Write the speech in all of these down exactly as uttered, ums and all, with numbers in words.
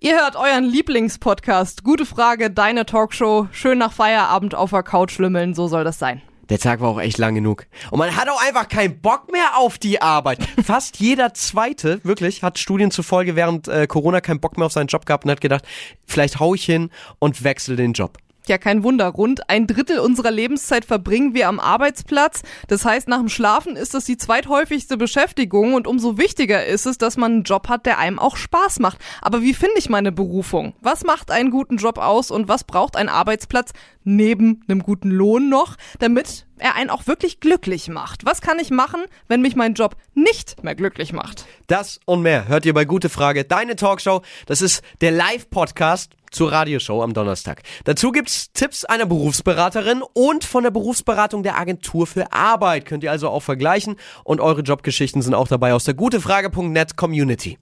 Ihr hört euren Lieblingspodcast. Gute Frage, deine Talkshow. Schön nach Feierabend auf der Couch lümmeln, so soll das sein. Der Tag war auch echt lang genug. Und man hat auch einfach keinen Bock mehr auf die Arbeit. Fast jeder Zweite, wirklich, hat Studien zufolge während äh, Corona keinen Bock mehr auf seinen Job gehabt und hat gedacht, vielleicht hau ich hin und wechsle den Job. Ja, kein Wunder. Rund ein Drittel unserer Lebenszeit verbringen wir am Arbeitsplatz. Das heißt, nach dem Schlafen ist das die zweithäufigste Beschäftigung und umso wichtiger ist es, dass man einen Job hat, der einem auch Spaß macht. Aber wie finde ich meine Berufung? Was macht einen guten Job aus und was braucht ein Arbeitsplatz neben einem guten Lohn noch, damit er einen auch wirklich glücklich macht? Was kann ich machen, wenn mich mein Job nicht mehr glücklich macht? Das und mehr hört ihr bei Gute Frage, deine Talkshow. Das ist der Live-Podcast zur Radioshow am Donnerstag. Dazu gibt's Tipps einer Berufsberaterin und von der Berufsberatung der Agentur für Arbeit. Könnt ihr also auch vergleichen und eure Jobgeschichten sind auch dabei aus der gutefrage punkt net Community.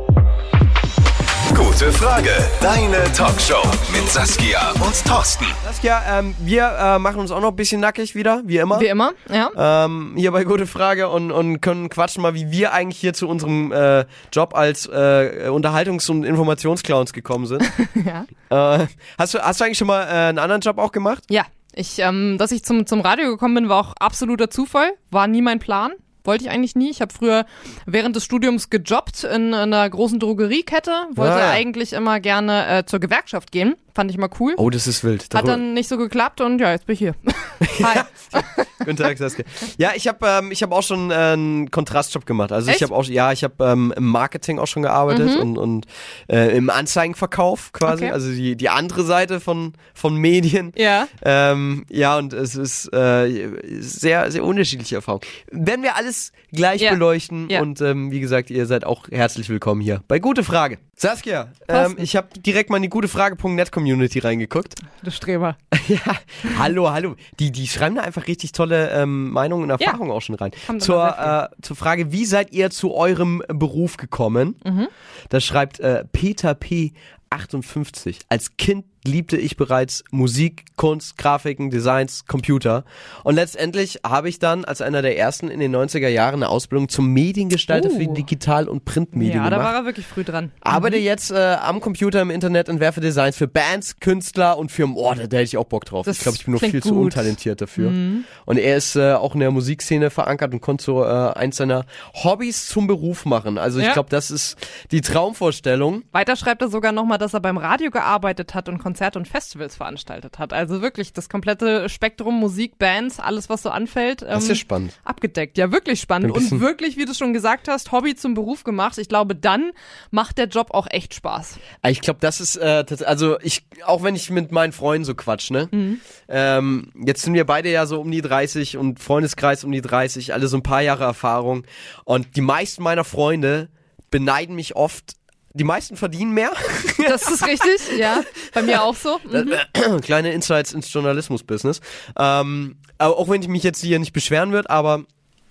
Gute Frage, deine Talkshow mit Saskia und Thorsten. Saskia, ähm, wir äh, machen uns auch noch ein bisschen nackig wieder, wie immer. Wie immer, ja. Ähm, hier bei Gute Frage und, und können quatschen mal, wie wir eigentlich hier zu unserem äh, Job als äh, Unterhaltungs- und Informationsclowns gekommen sind. Ja. Äh, hast du, hast du eigentlich schon mal äh, einen anderen Job auch gemacht? Ja, ich, ähm, dass ich zum, zum Radio gekommen bin, war auch absoluter Zufall, war nie mein Plan. Wollte ich eigentlich nie. Ich habe früher während des Studiums gejobbt in, in einer großen Drogeriekette. Wollte ah. eigentlich immer gerne äh, zur Gewerkschaft gehen. Fand ich mal cool. Oh, das ist wild. Hat dann nicht so geklappt und ja, jetzt bin ich hier. Hi. Guten Tag, Saskia. Ja, ich habe ähm, ich hab auch schon äh, einen Kontrastjob gemacht. Also Echt? ich habe auch, ja, ich habe ähm, im Marketing auch schon gearbeitet Mhm. und, und äh, im Anzeigenverkauf quasi. Okay. Also die, die andere Seite von, von Medien. Ja. Ähm, ja, und es ist äh, sehr, sehr unterschiedliche Erfahrung. Werden wir alles gleich Ja. beleuchten Ja. und ähm, wie gesagt, ihr seid auch herzlich willkommen hier bei Gute Frage. Saskia, ähm, Thorsten. ich habe direkt mal in die gutefrage punkt net Community reingeguckt. Du Streber. Ja, hallo, hallo. Die, die schreiben da einfach richtig tolle ähm, Meinungen und Erfahrungen auch schon rein. Kommt Zur, immer sehr äh, zur Frage, wie seid ihr zu eurem Beruf gekommen? Mhm. Da schreibt äh, Peter P. achtundfünfzig. Als Kind liebte ich bereits Musik, Kunst, Grafiken, Designs, Computer. Und letztendlich habe ich dann als einer der ersten in den neunziger Jahren eine Ausbildung zum Mediengestalter Oh. für Digital- und Printmedien Ja, da gemacht. war er wirklich früh dran. Arbeite jetzt äh, am Computer im Internet, entwerfe Designs für Bands, Künstler und Firmen. Oh, da, da hätte ich auch Bock drauf. Das ich glaube, ich bin noch klingt viel zu gut. untalentiert dafür. Und er ist äh, auch in der Musikszene verankert und konnte so äh, eins seiner Hobbys zum Beruf machen. Also ich Ja. glaube, das ist die Traumvorstellung. Weiter schreibt er sogar nochmal, dass er beim Radio gearbeitet hat und Konzerte und Festivals veranstaltet hat. Also wirklich das komplette Spektrum, Musik, Bands, alles, was so anfällt. Ähm, Das ist ja spannend. Abgedeckt. Ja, wirklich spannend. Ein bisschen- Und wirklich, wie du schon gesagt hast, Hobby zum Beruf gemacht. Ich glaube, dann macht der Job auch echt Spaß. Ich glaube, das ist, äh, tats- also ich, auch wenn ich mit meinen Freunden so quatsch, ne? Mhm. Ähm, jetzt sind wir beide ja so um die dreißig und Freundeskreis um die dreißig, alle so ein paar Jahre Erfahrung. Und die meisten meiner Freunde beneiden mich oft. Die meisten verdienen mehr. Das ist richtig, ja. Bei mir auch so. Mhm. Kleine Insights ins Journalismus-Business. Ähm, aber auch wenn ich mich jetzt hier nicht beschweren würde, aber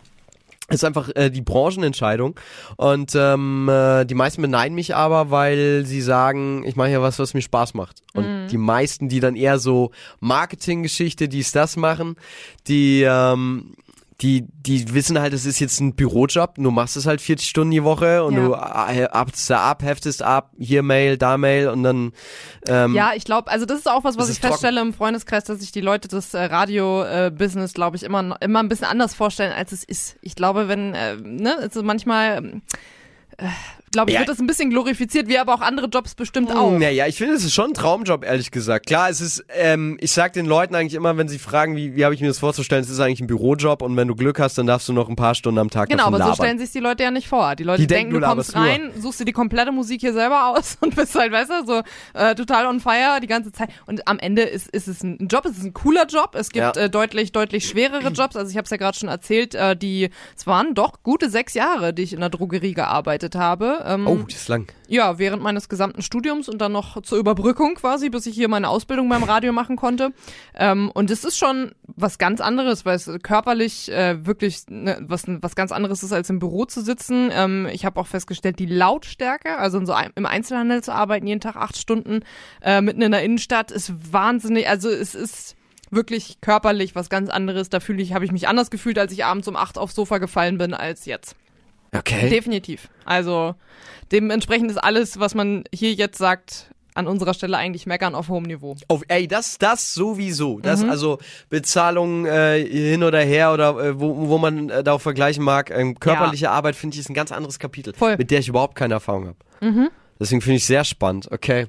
es ist einfach äh, die Branchenentscheidung. Und ähm, äh, die meisten beneiden mich aber, weil sie sagen, ich mache ja was, was mir Spaß macht. Und die meisten, die dann eher so Marketinggeschichte, dies, das machen, die ähm, Die, die wissen halt, es ist jetzt ein Bürojob, du machst es halt vierzig Stunden die Woche und Ja. du abst da ab, heftest ab, hier Mail, da Mail und dann ähm, Ja, ich glaube, also das ist auch was, was Das ich ist trocken. feststelle im Freundeskreis, dass sich die Leute das äh, Radio-Business, glaube ich, immer immer ein bisschen anders vorstellen, als es ist. Ich glaube, wenn, äh, ne, also manchmal, ähm, äh, glaube ich, Ja. wird das ein bisschen glorifiziert, wie aber auch andere Jobs bestimmt auch. Naja, ich finde, es ist schon ein Traumjob, ehrlich gesagt. Klar, es ist, ähm, ich sag den Leuten eigentlich immer, wenn sie fragen, wie, wie habe ich mir das vorzustellen, es ist eigentlich ein Bürojob und wenn du Glück hast, dann darfst du noch ein paar Stunden am Tag Genau, davon aber so labern. stellen sich die Leute ja nicht vor. Die Leute Die denken, denken, du du kommst laberst rein, suchst dir die komplette Musik hier selber aus und bist halt, weißt du, so äh, total on fire die ganze Zeit. Und am Ende ist, ist es ein Job, es ist ein cooler Job. Es gibt Ja. äh, deutlich, deutlich schwerere Jobs. Also ich habe es ja gerade schon erzählt, äh, die, es waren doch gute sechs Jahre, die ich in der Drogerie gearbeitet habe. Ähm, Oh, das ist lang. Ja, während meines gesamten Studiums und dann noch zur Überbrückung quasi, bis ich hier meine Ausbildung beim Radio machen konnte. Ähm, und es ist schon was ganz anderes, weil es körperlich äh, wirklich ne, was, was ganz anderes ist, als im Büro zu sitzen. Ähm, ich habe auch festgestellt, die Lautstärke, also in so ein, im Einzelhandel zu arbeiten, jeden Tag acht Stunden äh, mitten in der Innenstadt, ist wahnsinnig. Also es ist wirklich körperlich was ganz anderes. Da fühle ich, habe ich mich anders gefühlt, als ich abends um acht aufs Sofa gefallen bin, als jetzt. Okay. Definitiv. Also dementsprechend ist alles, was man hier jetzt sagt, an unserer Stelle eigentlich meckern auf hohem Niveau. Auf, ey, das, das sowieso. Das, Mhm. also Bezahlung äh, hin oder her oder äh, wo, wo man äh, darauf vergleichen mag. Ähm, körperliche Arbeit, finde ich, ist ein ganz anderes Kapitel, Voll. mit der ich überhaupt keine Erfahrung habe. Mhm. Deswegen finde ich sehr spannend. Okay.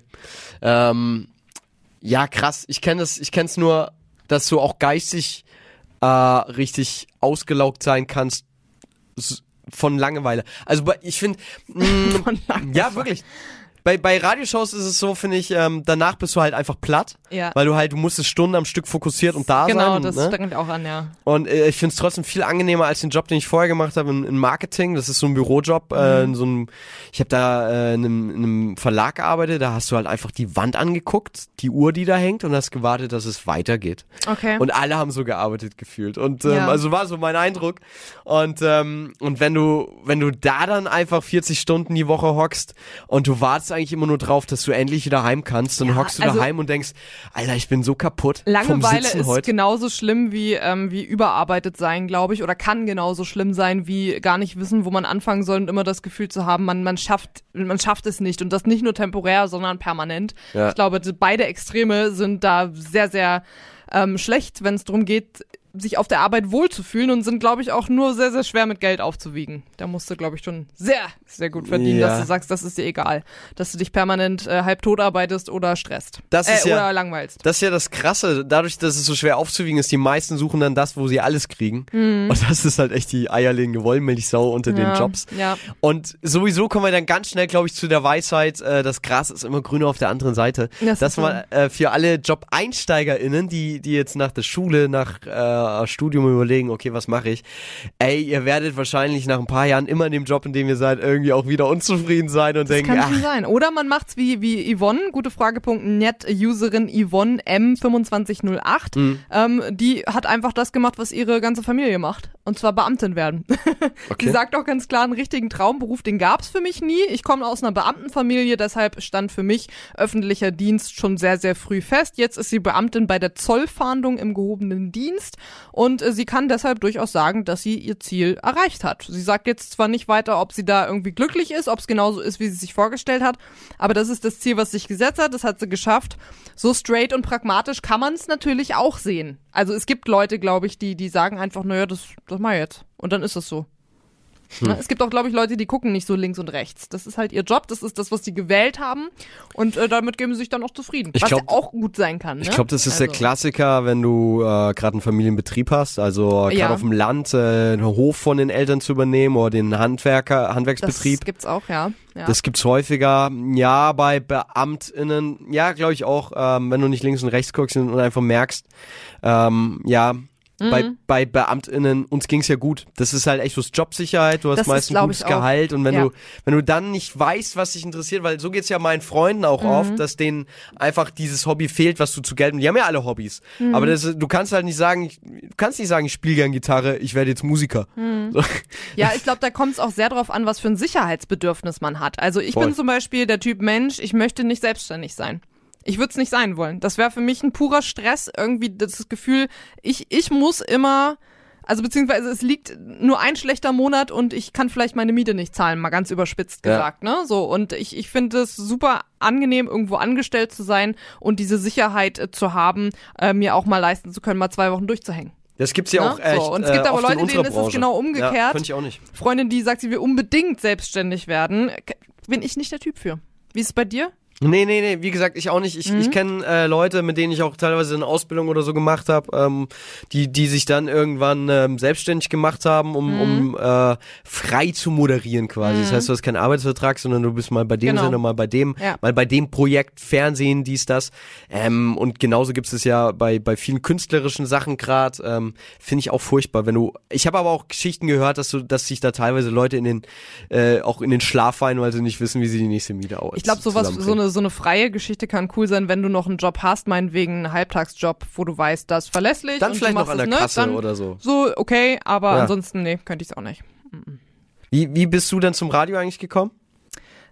Ähm, ja, krass. Ich kenne das, ich kenne es nur, dass du auch geistig äh, richtig ausgelaugt sein kannst s- von Langeweile. Also bei- ich finde, Von Langeweile. ja wirklich. Bei, bei Radioshows ist es so, finde ich, ähm, danach bist du halt einfach platt, Ja. weil du halt, du musstest Stunden am Stück fokussiert und da Genau, sein. das ne? strengt auch an, ja. Und äh, ich finde es trotzdem viel angenehmer als den Job, den ich vorher gemacht habe in, in Marketing. Das ist so ein Bürojob. Mhm. Äh, in so einem, ich habe da äh, in, einem, in einem Verlag gearbeitet, da hast du halt einfach die Wand angeguckt, die Uhr, die da hängt und hast gewartet, dass es weitergeht. Okay. Und alle haben so gearbeitet gefühlt. Und ähm, Ja. also war so mein Eindruck. Und, ähm, und wenn du, wenn du da dann einfach vierzig Stunden die Woche hockst und du wartest eigentlich immer nur drauf, dass du endlich wieder heim kannst, dann Ja, hockst du also daheim und denkst, Alter, ich bin so kaputt vom Langeweile Sitzen ist heute. genauso schlimm wie, ähm, wie überarbeitet sein, glaube ich, oder kann genauso schlimm sein, wie gar nicht wissen, wo man anfangen soll und immer das Gefühl zu haben, man, man schafft, man schafft es nicht und das nicht nur temporär, sondern permanent. Ja. Ich glaube, beide Extreme sind da sehr, sehr ähm, schlecht, wenn es darum geht, sich auf der Arbeit wohlzufühlen und sind, glaube ich, auch nur sehr, sehr schwer mit Geld aufzuwiegen. Da musst du, glaube ich, schon sehr, sehr gut verdienen, Ja. dass du sagst, das ist dir egal. Dass du dich permanent äh, halb tot arbeitest oder stresst. Das ist äh, ja- oder langweilst. Das ist ja das Krasse, dadurch, dass es so schwer aufzuwiegen ist, die meisten suchen dann das, wo sie alles kriegen. Und das ist halt echt die eierlegende Wollmilchsau unter Mhm. ja, den Jobs. Ja. Und sowieso kommen wir dann ganz schnell, glaube ich, zu der Weisheit, äh, das Gras ist immer grüner auf der anderen Seite. Das dass ist so. man äh, für alle JobeinsteigerInnen, die, die jetzt nach der Schule, nach äh, Studium überlegen, okay, was mache ich? Ey, ihr werdet wahrscheinlich nach ein paar Jahren immer in dem Job, in dem ihr seid, irgendwie auch wieder unzufrieden sein und Das denken, kann ach, schon sein. Oder man macht's wie, wie Yvonne, gute Frage.net, Userin Yvonne M fünfundzwanzig null acht. Mhm. Ähm, die hat einfach das gemacht, was ihre ganze Familie macht. Und zwar Beamtin werden. Okay. Die sagt auch ganz klar, einen richtigen Traumberuf, den gab's für mich nie. Ich komme aus einer Beamtenfamilie, deshalb stand für mich öffentlicher Dienst schon sehr, sehr früh fest. Jetzt ist sie Beamtin bei der Zollfahndung im gehobenen Dienst und äh, sie kann deshalb durchaus sagen, dass sie ihr Ziel erreicht hat. Sie sagt jetzt zwar nicht weiter, ob sie da irgendwie glücklich ist, ob es genauso ist, wie sie sich vorgestellt hat, aber das ist das Ziel, was sie sich gesetzt hat, das hat sie geschafft. So straight und pragmatisch kann man es natürlich auch sehen. Also es gibt Leute, glaube ich, die die sagen einfach, naja, das, das mach ich jetzt. Und dann ist es so. Hm. Ne? Es gibt auch, glaube ich, Leute, die gucken nicht so links und rechts. Das ist halt ihr Job, das ist das, was sie gewählt haben und äh, damit geben sie sich dann auch zufrieden. Ich was glaub- ja auch gut sein kann. Ne? Ich glaube, das ist der Also, Klassiker, wenn du äh, gerade einen Familienbetrieb hast, also gerade Ja. auf dem Land äh, einen Hof von den Eltern zu übernehmen oder den Handwerker, Handwerksbetrieb. Das gibt's auch, ja. ja. Das gibt's häufiger. Ja, bei BeamtInnen, ja, glaube ich auch, ähm, wenn du nicht links und rechts guckst und einfach merkst, ähm, ja, Mhm. bei, bei BeamtInnen, uns ging's ja gut. Das ist halt echt so Jobsicherheit, du hast Das ist, meist ein glaub gutes ich, auch. Gehalt und wenn Ja. du, wenn du dann nicht weißt, was dich interessiert, weil so geht's ja meinen Freunden auch Mhm. oft, dass denen einfach dieses Hobby fehlt, was du zu gelten. Die haben ja alle Hobbys. Mhm. Aber das, du kannst halt nicht sagen, ich, du kannst nicht sagen, ich spiele gern Gitarre, ich werde jetzt Musiker. Mhm. So. Ja, ich glaube, da kommt es auch sehr drauf an, was für ein Sicherheitsbedürfnis man hat. Also ich Voll. bin zum Beispiel der Typ Mensch, ich möchte nicht selbstständig sein. Ich würde es nicht sein wollen. Das wäre für mich ein purer Stress, irgendwie das Gefühl, ich, ich muss immer, also beziehungsweise es liegt nur ein schlechter Monat und ich kann vielleicht meine Miete nicht zahlen, mal ganz überspitzt Ja. gesagt, ne? So, und ich, ich finde es super angenehm, irgendwo angestellt zu sein und diese Sicherheit äh, zu haben, äh, mir auch mal leisten zu können, mal zwei Wochen durchzuhängen. Das gibt's ja Ne? auch echt. So, und es gibt äh, aber oft in Leute, unserer denen ist es Branche. genau umgekehrt. Ja, könnte ich auch nicht. Freundin, die sagt, sie will unbedingt selbstständig werden, K- bin ich nicht der Typ für. Wie ist es bei dir? Nee, nee, nee, wie gesagt, ich auch nicht. Ich, Mhm. ich kenne äh, Leute, mit denen ich auch teilweise eine Ausbildung oder so gemacht habe, ähm, die die sich dann irgendwann ähm, selbstständig gemacht haben, um, Mhm. um äh, frei zu moderieren quasi. Das heißt, du hast keinen Arbeitsvertrag, sondern du bist mal bei dem Genau. Sender, mal bei dem, Ja. mal bei dem Projekt, Fernsehen, dies, das. Ähm, und genauso gibt es ja bei bei vielen künstlerischen Sachen gerade. Ähm, Finde ich auch furchtbar, wenn du. Ich habe aber auch Geschichten gehört, dass du, dass sich da teilweise Leute in den äh, auch in den Schlaf fallen, weil sie nicht wissen, wie sie die nächste Miete aus. Ich glaube, sowas, so zusammenkriegen. eine, so eine freie Geschichte kann cool sein, wenn du noch einen Job hast, meinetwegen einen Halbtagsjob, wo du weißt, das ist verlässlich. Dann und vielleicht du noch machst an der es, Kasse ne? Dann oder so. So, okay, aber Ja. ansonsten, nee, könnte ich es auch nicht. Wie, wie bist du denn zum Radio eigentlich gekommen?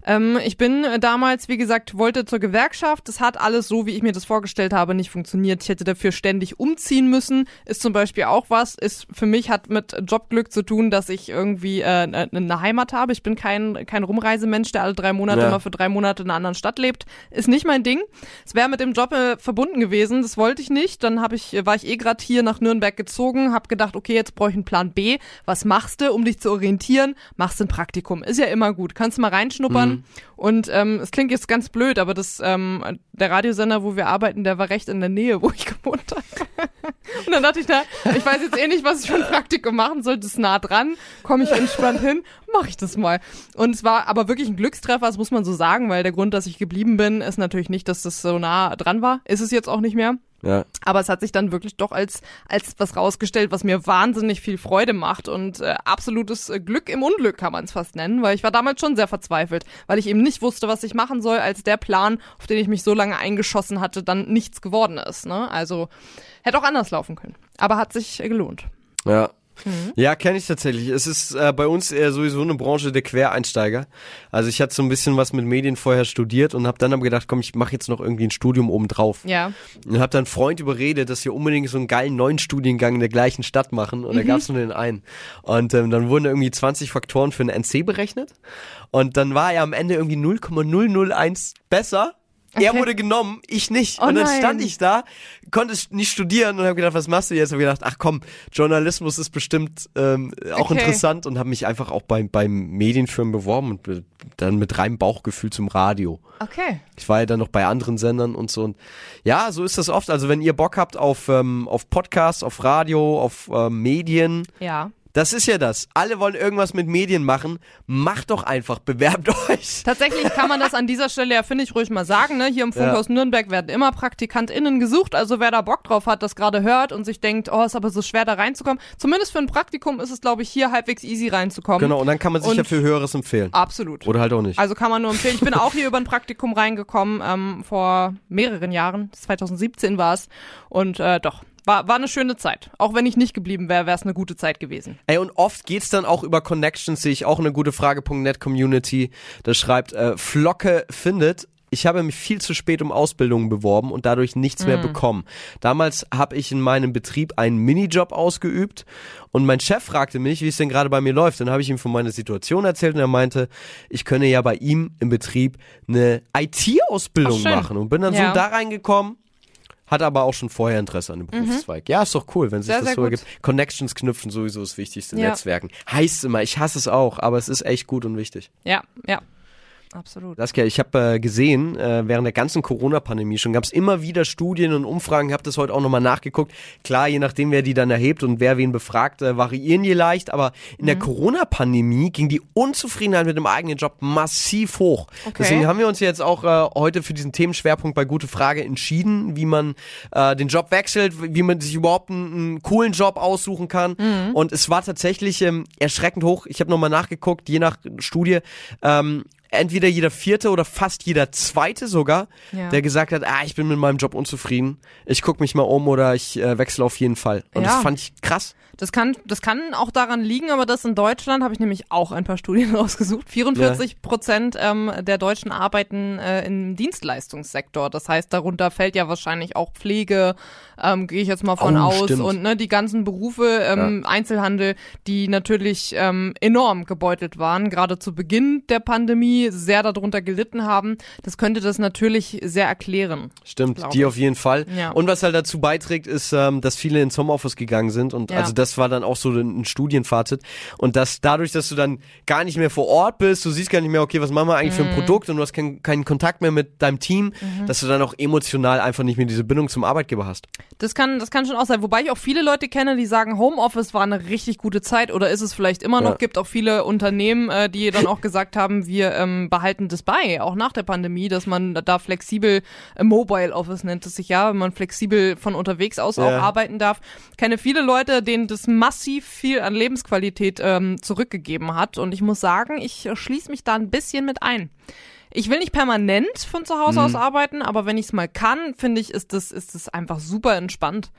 Ähm, ich bin äh, damals, wie gesagt, wollte zur Gewerkschaft. Das hat alles so, wie ich mir das vorgestellt habe, nicht funktioniert. Ich hätte dafür ständig umziehen müssen. Ist zum Beispiel auch was. Ist für mich hat mit Jobglück zu tun, dass ich irgendwie äh, eine Heimat habe. Ich bin kein kein Rumreisemensch, der alle drei Monate ja. mal für drei Monate in einer anderen Stadt lebt. Ist nicht mein Ding. Es wäre mit dem Job äh, verbunden gewesen. Das wollte ich nicht. Dann hab ich, war ich eh gerade hier nach Nürnberg gezogen, habe gedacht, okay, jetzt brauche ich einen Plan B. Was machst du, um dich zu orientieren? Machst ein Praktikum. Ist ja immer gut. Kannst du mal reinschnuppern. Mhm. Und ähm, es klingt jetzt ganz blöd, aber das ähm, der Radiosender, wo wir arbeiten, der war recht in der Nähe, wo ich gewohnt habe. Und dann dachte ich, na, ich weiß jetzt eh nicht, was ich für ein Praktikum machen soll. Das ist nah dran, komme ich entspannt hin, mache ich das mal. Und es war aber wirklich ein Glückstreffer, das muss man so sagen, weil der Grund, dass ich geblieben bin, ist natürlich nicht, dass das so nah dran war. Ist es jetzt auch nicht mehr. Ja. Aber es hat sich dann wirklich doch als als was rausgestellt, was mir wahnsinnig viel Freude macht und äh, absolutes äh, Glück im Unglück kann man es fast nennen, weil ich war damals schon sehr verzweifelt, weil ich eben nicht wusste, was ich machen soll, als der Plan, auf den ich mich so lange eingeschossen hatte, dann nichts geworden ist. Ne? Also hätte auch anders laufen können, aber hat sich äh, gelohnt. Ja. Mhm. Ja, kenne ich tatsächlich. Es ist äh, bei uns eher sowieso eine Branche der Quereinsteiger. Also ich hatte so ein bisschen was mit Medien vorher studiert und habe dann aber gedacht, komm, ich mache jetzt noch irgendwie ein Studium obendrauf. Ja. Und habe dann einen Freund überredet, dass wir unbedingt so einen geilen neuen Studiengang in der gleichen Stadt machen. Und mhm. da gab es nur den einen. Und ähm, dann wurden irgendwie zwanzig Faktoren für einen N C berechnet. Und dann war er am Ende irgendwie null Komma null null eins besser. Okay. Er wurde genommen, ich nicht. Oh und dann nein. stand ich da, konnte nicht studieren und habe gedacht, was machst du jetzt? Und habe gedacht, ach komm, Journalismus ist bestimmt ähm, auch okay. interessant und habe mich einfach auch beim beim Medienfirmen beworben und be- dann mit reinem Bauchgefühl zum Radio. Okay. Ich war ja dann noch bei anderen Sendern und so. Und ja, so ist das oft. Also wenn ihr Bock habt auf ähm, auf Podcasts, auf Radio, auf ähm, Medien. Ja. Das ist ja das. Alle wollen irgendwas mit Medien machen. Macht doch einfach, bewerbt euch. Tatsächlich kann man das an dieser Stelle ja, finde ich, ruhig mal sagen. Ne? Hier im Funkhaus ja. Nürnberg werden immer PraktikantInnen gesucht. Also wer da Bock drauf hat, das gerade hört und sich denkt, oh, ist aber so schwer da reinzukommen. Zumindest für ein Praktikum ist es, glaube ich, hier halbwegs easy reinzukommen. Genau, und dann kann man sich und ja für Höheres empfehlen. Absolut. Oder halt auch nicht. Also kann man nur empfehlen. Ich bin auch hier über ein Praktikum reingekommen, ähm, vor mehreren Jahren. zwanzig siebzehn war es. Und äh, doch. War, war eine schöne Zeit. Auch wenn ich nicht geblieben wäre, wäre es eine gute Zeit gewesen. Ey, und oft geht's dann auch über Connections, sehe ich auch eine gute Frage.net Community. Da schreibt äh, Flocke findet, ich habe mich viel zu spät um Ausbildungen beworben und dadurch nichts mm. mehr bekommen. Damals habe ich in meinem Betrieb einen Minijob ausgeübt und mein Chef fragte mich, wie es denn gerade bei mir läuft. Dann habe ich ihm von meiner Situation erzählt und er meinte, ich könne ja bei ihm im Betrieb eine I T-Ausbildung machen und bin dann ja. so da reingekommen. Hat aber auch schon vorher Interesse an dem Berufszweig. Mhm. Ja, ist doch cool, wenn sich sehr, das so ergibt. Connections knüpfen, sowieso das Wichtigste. Ja. Netzwerken. Heißt immer, ich hasse es auch, aber es ist echt gut und wichtig. Ja, ja. Absolut. Saskia, ich habe äh, gesehen, äh, während der ganzen Corona-Pandemie schon gab es immer wieder Studien und Umfragen, ich habe das heute auch nochmal nachgeguckt. Klar, je nachdem, wer die dann erhebt und wer wen befragt, äh, variieren die leicht, aber in mhm. der Corona-Pandemie ging die Unzufriedenheit mit dem eigenen Job massiv hoch. Okay. Deswegen haben wir uns jetzt auch äh, heute für diesen Themenschwerpunkt bei Gute Frage entschieden, wie man äh, den Job wechselt, wie man sich überhaupt einen, einen coolen Job aussuchen kann. Mhm. Und es war tatsächlich ähm, erschreckend hoch. Ich habe nochmal nachgeguckt, je nach Studie, ähm, entweder jeder Vierte oder fast jeder Zweite sogar, ja. der gesagt hat, ah, ich bin mit meinem Job unzufrieden, ich gucke mich mal um oder ich äh, wechsle auf jeden Fall. Und ja. das fand ich krass. Das kann, das kann auch daran liegen, aber das in Deutschland, habe ich nämlich auch ein paar Studien rausgesucht, vierundvierzig Prozent ja. ähm, der Deutschen arbeiten äh, im Dienstleistungssektor. Das heißt, darunter fällt ja wahrscheinlich auch Pflege, ähm, gehe ich jetzt mal von oh, aus. Stimmt. Und ne, die ganzen Berufe, ähm, ja. Einzelhandel, die natürlich ähm, enorm gebeutelt waren, gerade zu Beginn der Pandemie sehr darunter gelitten haben. Das könnte das natürlich sehr erklären. Stimmt, die ich. auf jeden Fall. Ja. Und was halt dazu beiträgt, ist, ähm, dass viele ins Homeoffice gegangen sind und ja. also das war dann auch so ein Studienfazit. Und dass dadurch, dass du dann gar nicht mehr vor Ort bist, du siehst gar nicht mehr, okay, was machen wir eigentlich mhm. für ein Produkt und du hast kein, keinen Kontakt mehr mit deinem Team, mhm. dass du dann auch emotional einfach nicht mehr diese Bindung zum Arbeitgeber hast. Das kann, das kann schon auch sein. Wobei ich auch viele Leute kenne, die sagen, Homeoffice war eine richtig gute Zeit oder ist es vielleicht immer noch. Ja. Gibt auch viele Unternehmen, äh, die dann auch gesagt haben, wir ähm, behalten das bei, auch nach der Pandemie, dass man da flexibel, äh, Mobile Office nennt es sich ja, wenn man flexibel von unterwegs aus ja. auch arbeiten darf. Ich kenne viele Leute, denen das massiv viel an Lebensqualität ähm, zurückgegeben hat und ich muss sagen, ich äh, schließe mich da ein bisschen mit ein. Ich will nicht permanent von zu Hause mhm. aus arbeiten, aber wenn ich es mal kann, finde ich, ist das, ist das einfach super entspannt.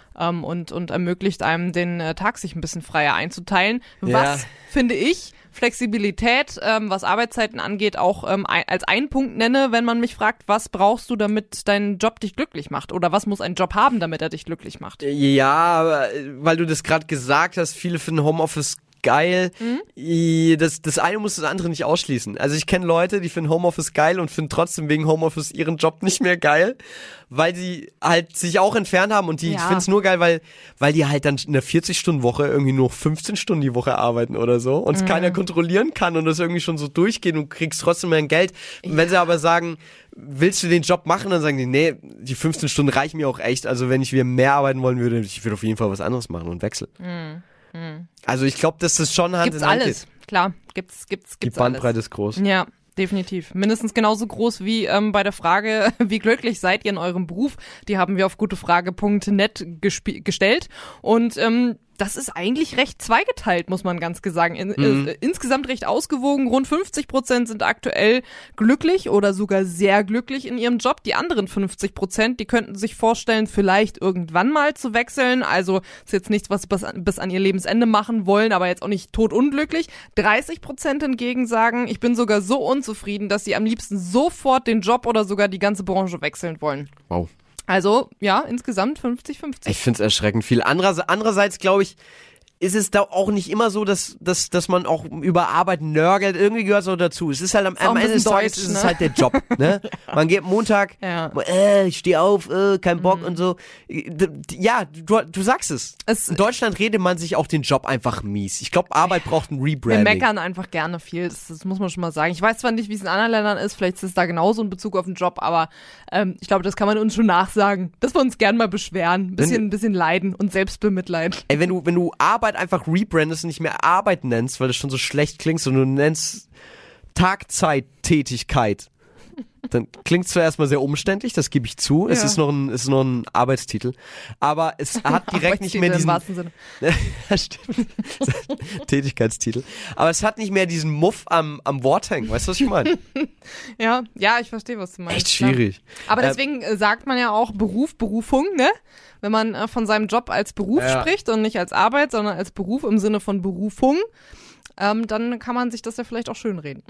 ähm, und, und ermöglicht einem, den äh, Tag sich ein bisschen freier einzuteilen. Ja. Was, finde ich, Flexibilität, ähm, was Arbeitszeiten angeht, auch ähm, ein, als einen Punkt nenne, wenn man mich fragt, was brauchst du, damit dein Job dich glücklich macht? Oder was muss ein Job haben, damit er dich glücklich macht? Ja, aber, weil du das gerade gesagt hast, viele finden Homeoffice geil. Mhm. Das, das eine muss das andere nicht ausschließen. Also ich kenne Leute, die finden Homeoffice geil und finden trotzdem wegen Homeoffice ihren Job nicht mehr geil, weil die halt sich auch entfernt haben und die, Ja. ich finde es nur geil, weil, weil die halt dann in einer vierzig-Stunden-Woche irgendwie nur fünfzehn Stunden die Woche arbeiten oder so und es Mhm. keiner kontrollieren kann und das irgendwie schon so durchgeht und kriegst trotzdem mehr Geld. Ja. Wenn sie aber sagen, willst du den Job machen, dann sagen die, nee, die fünfzehn Stunden reichen mir auch echt. Also wenn ich wieder mehr arbeiten wollen würde, ich würde auf jeden Fall was anderes machen und wechseln. Mhm. Mhm. Also ich glaube, dass das schon Hand Gibt's in Hand alles. geht. Klar, gibt's, gibt's, Die gibt's Bandbreite alles. ist groß. Ja, definitiv. Mindestens genauso groß wie ähm, bei der Frage, wie glücklich seid ihr in eurem Beruf? Die haben wir auf gutefrage punkt net gesp- gestellt. Und ähm, das ist eigentlich recht zweigeteilt, muss man ganz sagen. In, Mhm. äh, insgesamt recht ausgewogen. Rund fünfzig Prozent sind aktuell glücklich oder sogar sehr glücklich in ihrem Job. Die anderen fünfzig Prozent, die könnten sich vorstellen, vielleicht irgendwann mal zu wechseln. Also ist jetzt nichts, was bis an, bis an ihr Lebensende machen wollen, aber jetzt auch nicht totunglücklich. dreißig Prozent hingegen sagen, ich bin sogar so unzufrieden, dass sie am liebsten sofort den Job oder sogar die ganze Branche wechseln wollen. Wow. Also, ja, insgesamt fünfzig fünfzig. Ich find's erschreckend viel. Andererseits, andererseits glaube ich, ist es da auch nicht immer so, dass, dass, dass man auch über Arbeit nörgelt. Irgendwie gehört es auch dazu. Es ist halt am, Ist auch am ein Ende des bisschen Tages deutsch, ist es ne? halt der Job. Ne? Man geht Montag, Ja. äh, ich stehe auf, äh, kein Bock und so. D- d- Ja, du, du sagst es. Es- In Deutschland redet man sich auch den Job einfach mies. Ich glaube, Arbeit braucht ein Wir Rebranding. meckern einfach gerne viel, das, das muss man schon mal sagen. Ich weiß zwar nicht, wie es in anderen Ländern ist, vielleicht ist es da genauso in Bezug auf den Job, aber ähm, ich glaube, das kann man uns schon nachsagen, dass wir uns gern mal beschweren, ein bisschen, ein bisschen leiden und selbst bemitleiden. Ey, wenn du, wenn du Arbeit einfach rebrandest und nicht mehr Arbeit nennst, weil das schon so schlecht klingt, sondern du nennst Tagzeittätigkeit, dann klingt es zwar erstmal sehr umständlich, das gebe ich zu. Es Ja. ist noch ein, es ist noch ein Arbeitstitel. Aber es hat direkt nicht mehr Arbeitstitel diesen. im wahrsten Sinne. Ja, stimmt. Tätigkeitstitel. Aber es hat nicht mehr diesen Muff am, am Wort hängen. Weißt du, was ich meine? Ja, ja, ich verstehe, was du meinst. Echt klar. schwierig. Aber Äh, deswegen äh, sagt man ja auch Beruf, Berufung, ne? Wenn man äh, von seinem Job als Beruf Ja. spricht und nicht als Arbeit, sondern als Beruf im Sinne von Berufung, ähm, dann kann man sich das ja vielleicht auch schönreden.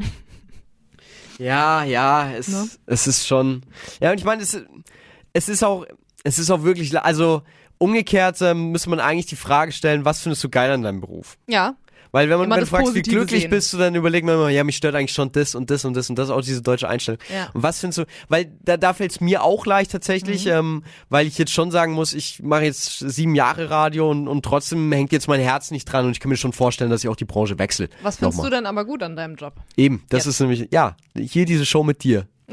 Ja, ja, es, Ne? es ist schon. Ja, und ich meine, es, es ist auch, es ist auch wirklich, also umgekehrt ähm, müsste man eigentlich die Frage stellen, was findest du geil an deinem Beruf? Ja, Weil wenn man Immer wenn du das fragst, wie Positive glücklich sehen. bist du, dann überlegt man immer, ja, mich stört eigentlich schon das und das und das und das, auch diese deutsche Einstellung. Ja. Und was findest du, weil da, da fällt es mir auch leicht tatsächlich, Mhm. ähm, weil ich jetzt schon sagen muss, ich mache jetzt sieben Jahre Radio und, und trotzdem hängt jetzt mein Herz nicht dran und ich kann mir schon vorstellen, dass ich auch die Branche wechsle. was findest Nochmal. du denn aber gut an deinem Job? Eben, das Jetzt. ist nämlich, ja, hier diese Show mit dir. Oh.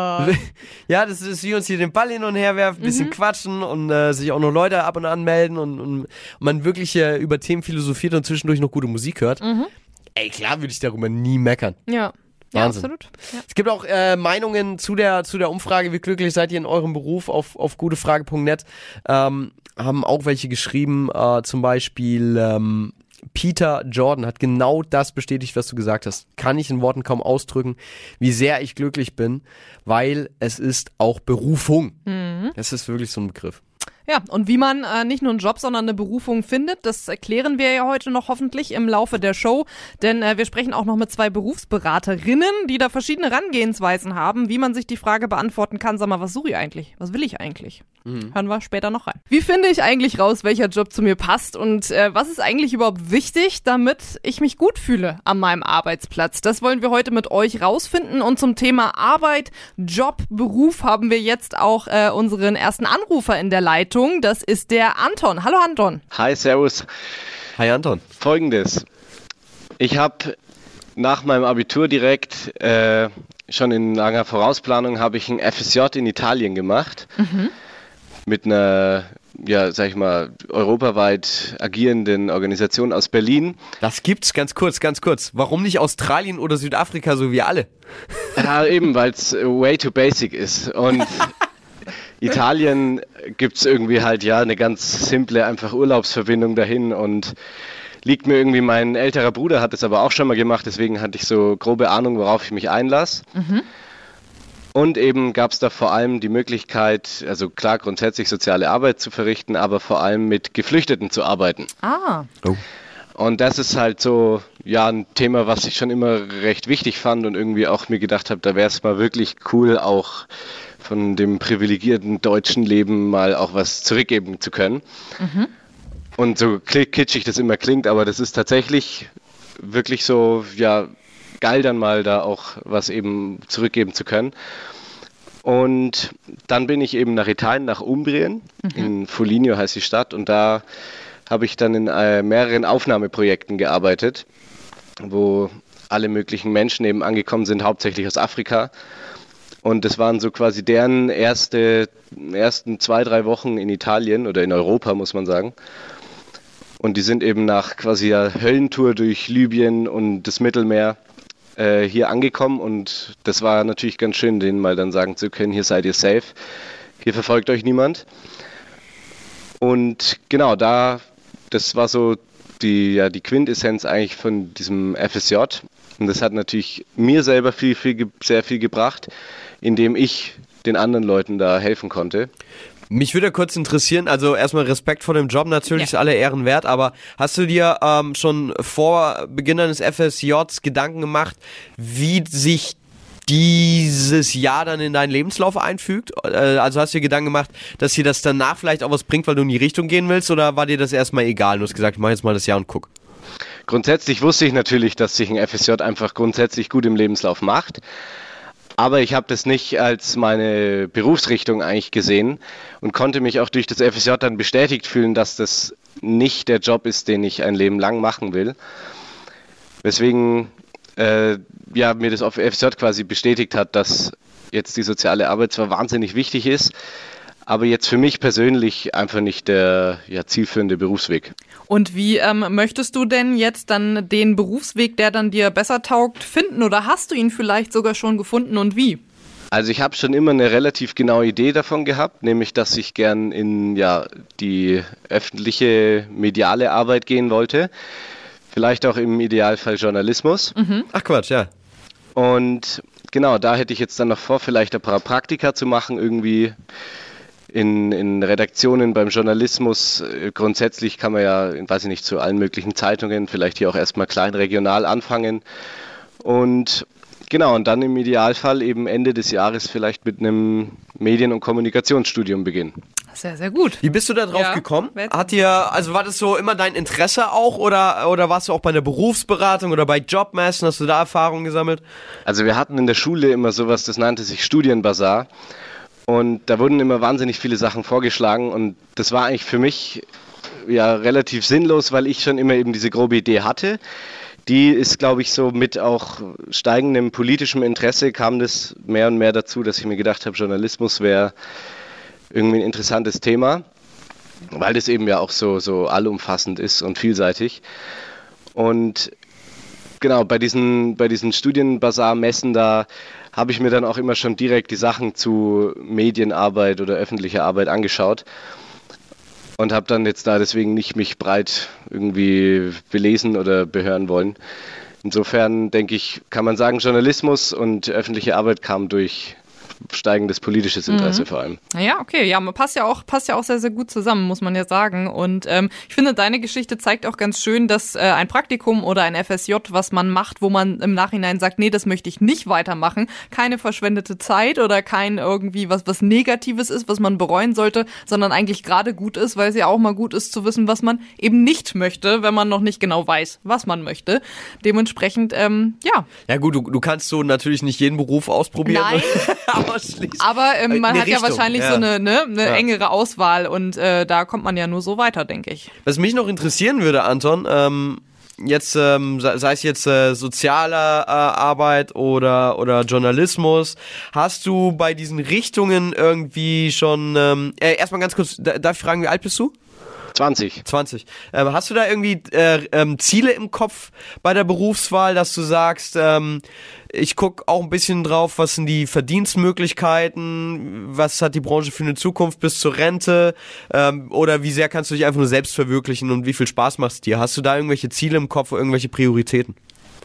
Ja, das ist wie uns hier den Ball hin und her werfen, ein bisschen Mhm. quatschen und äh, sich auch noch Leute ab und an melden und, und man wirklich äh, über Themen philosophiert und zwischendurch noch gute Musik hört. Mhm. Ey, klar würde ich darüber nie meckern. Ja. Ja, Wahnsinn. absolut. Ja. Es gibt auch äh, Meinungen zu der zu der Umfrage, wie glücklich seid ihr in eurem Beruf auf, auf gutefrage punkt net. Ähm, haben auch welche geschrieben, äh, zum Beispiel ähm, Peter Jordan hat genau das bestätigt, was du gesagt hast. Kann ich in Worten kaum ausdrücken, wie sehr ich glücklich bin, weil es ist auch Berufung. Mhm. Das ist wirklich so ein Begriff. Ja, und wie man äh, nicht nur einen Job, sondern eine Berufung findet, das erklären wir ja heute noch hoffentlich im Laufe der Show, denn äh, wir sprechen auch noch mit zwei Berufsberaterinnen, die da verschiedene Herangehensweisen haben, wie man sich die Frage beantworten kann, sag mal, was suche ich eigentlich? Was will ich eigentlich? Mhm. Hören wir später noch rein. Wie finde ich eigentlich raus, welcher Job zu mir passt und äh, was ist eigentlich überhaupt wichtig, damit ich mich gut fühle an meinem Arbeitsplatz? Das wollen wir heute mit euch rausfinden und zum Thema Arbeit, Job, Beruf haben wir jetzt auch äh, unseren ersten Anrufer in der Leitung. Das ist der Anton. Hallo Anton. Hi, servus. Hi Anton. Folgendes. Ich habe nach meinem Abitur direkt, äh, schon in langer Vorausplanung, habe ich ein F S J in Italien gemacht. Mhm. Mit einer, ja, sag ich mal, europaweit agierenden Organisation aus Berlin. Das gibt's, ganz kurz, ganz kurz. Warum nicht Australien oder Südafrika, so wie alle? Ja, eben, weil es way too basic ist. Und Italien gibt es irgendwie halt ja eine ganz simple, einfach Urlaubsverbindung dahin und liegt mir irgendwie, mein älterer Bruder hat es aber auch schon mal gemacht, deswegen hatte ich so grobe Ahnung, worauf ich mich einlasse. Mhm. Und eben gab es da vor allem die Möglichkeit, also klar grundsätzlich soziale Arbeit zu verrichten, aber vor allem mit Geflüchteten zu arbeiten. Ah. Oh. Und das ist halt so, ja, ein Thema, was ich schon immer recht wichtig fand und irgendwie auch mir gedacht habe, da wäre es mal wirklich cool, auch von dem privilegierten deutschen Leben mal auch was zurückgeben zu können. Mhm. Und so kitschig das immer klingt, aber das ist tatsächlich wirklich so, ja, geil dann mal da auch was eben zurückgeben zu können. Und dann bin ich eben nach Italien, nach Umbrien, mhm. in Foligno heißt die Stadt, und da habe ich dann in äh, mehreren Aufnahmeprojekten gearbeitet, wo alle möglichen Menschen eben angekommen sind, hauptsächlich aus Afrika. Und das waren so quasi deren erste, ersten zwei, drei Wochen in Italien oder in Europa, muss man sagen. Und die sind eben nach quasi einer Höllentour durch Libyen und das Mittelmeer hier angekommen, und das war natürlich ganz schön, denen mal dann sagen zu können, hier seid ihr safe, hier verfolgt euch niemand. Und genau, da, das war so die, ja, die Quintessenz eigentlich von diesem F S J, und das hat natürlich mir selber viel, viel, sehr viel gebracht, indem ich den anderen Leuten da helfen konnte. Mich würde kurz interessieren, also erstmal Respekt vor dem Job, natürlich ist ja. alle Ehren wert, aber hast du dir ähm, schon vor Beginn deines F S Js Gedanken gemacht, wie sich dieses Jahr dann in deinen Lebenslauf einfügt? Äh, also hast du dir Gedanken gemacht, dass dir das danach vielleicht auch was bringt, weil du in die Richtung gehen willst, oder war dir das erstmal egal? Du hast gesagt, ich mach jetzt mal das Jahr und guck. Grundsätzlich wusste ich natürlich, dass sich ein F S J einfach grundsätzlich gut im Lebenslauf macht. Aber ich habe das nicht als meine Berufsrichtung eigentlich gesehen und konnte mich auch durch das F S J dann bestätigt fühlen, dass das nicht der Job ist, den ich ein Leben lang machen will. Weswegen äh, ja, mir das F S J quasi bestätigt hat, dass jetzt die soziale Arbeit zwar wahnsinnig wichtig ist, aber jetzt für mich persönlich einfach nicht der ja, zielführende Berufsweg. Und wie ähm, möchtest du denn jetzt dann den Berufsweg, der dann dir besser taugt, finden, oder hast du ihn vielleicht sogar schon gefunden, und wie? Also ich habe schon immer eine relativ genaue Idee davon gehabt, nämlich dass ich gern in ja, die öffentliche mediale Arbeit gehen wollte, vielleicht auch im Idealfall Journalismus. Mhm. Ach Quatsch, ja. Und genau, da hätte ich jetzt dann noch vor, vielleicht ein paar Praktika zu machen, irgendwie In, in Redaktionen beim Journalismus. Grundsätzlich kann man ja, weiß ich nicht, zu allen möglichen Zeitungen, vielleicht hier auch erstmal klein regional anfangen. Und genau, und dann im Idealfall eben Ende des Jahres vielleicht mit einem Medien- und Kommunikationsstudium beginnen. Sehr, sehr gut. Wie bist du da drauf ja, gekommen? Hat dir, also war das so immer dein Interesse auch, oder, oder warst du auch bei einer Berufsberatung oder bei Jobmessen? Hast du da Erfahrungen gesammelt? Also wir hatten in der Schule immer sowas, das nannte sich Studienbasar. Und da wurden immer wahnsinnig viele Sachen vorgeschlagen, und das war eigentlich für mich ja relativ sinnlos, weil ich schon immer eben diese grobe Idee hatte. Die ist, glaube ich, so mit auch steigendem politischem Interesse kam das mehr und mehr dazu, dass ich mir gedacht habe, Journalismus wäre irgendwie ein interessantes Thema, weil das eben ja auch so, so allumfassend ist und vielseitig. Und genau, bei diesen, bei diesen Studienbasar-Messen da habe ich mir dann auch immer schon direkt die Sachen zu Medienarbeit oder öffentlicher Arbeit angeschaut und habe dann jetzt da deswegen nicht mich breit irgendwie belesen oder behören wollen. Insofern denke ich, kann man sagen, Journalismus und öffentliche Arbeit kam durch steigendes politisches Interesse mhm. vor allem. Ja, okay, ja, passt ja auch, passt ja auch sehr, sehr gut zusammen, muss man ja sagen. Und ähm, ich finde, deine Geschichte zeigt auch ganz schön, dass äh, ein Praktikum oder ein F S J, was man macht, wo man im Nachhinein sagt, nee, das möchte ich nicht weitermachen, keine verschwendete Zeit oder kein irgendwie was, was Negatives ist, was man bereuen sollte, sondern eigentlich gerade gut ist, weil es ja auch mal gut ist zu wissen, was man eben nicht möchte, wenn man noch nicht genau weiß, was man möchte. Dementsprechend, ähm, ja. Ja gut, du, du kannst so natürlich nicht jeden Beruf ausprobieren. Nein. Aber ähm, man hat Richtung. ja wahrscheinlich ja. so eine, ne, eine ja. engere Auswahl, und äh, da kommt man ja nur so weiter, denke ich. Was mich noch interessieren würde, Anton, ähm, jetzt ähm, sei es jetzt äh, soziale äh, Arbeit oder oder Journalismus, hast du bei diesen Richtungen irgendwie schon, ähm, äh, erstmal ganz kurz, darf ich fragen, wie alt bist du? zwanzig. zwanzig. Ähm, hast du da irgendwie äh, ähm, Ziele im Kopf bei der Berufswahl, dass du sagst, ähm, ich gucke auch ein bisschen drauf, was sind die Verdienstmöglichkeiten, was hat die Branche für eine Zukunft bis zur Rente, ähm, oder wie sehr kannst du dich einfach nur selbst verwirklichen und wie viel Spaß macht es dir? Hast du da irgendwelche Ziele im Kopf oder irgendwelche Prioritäten?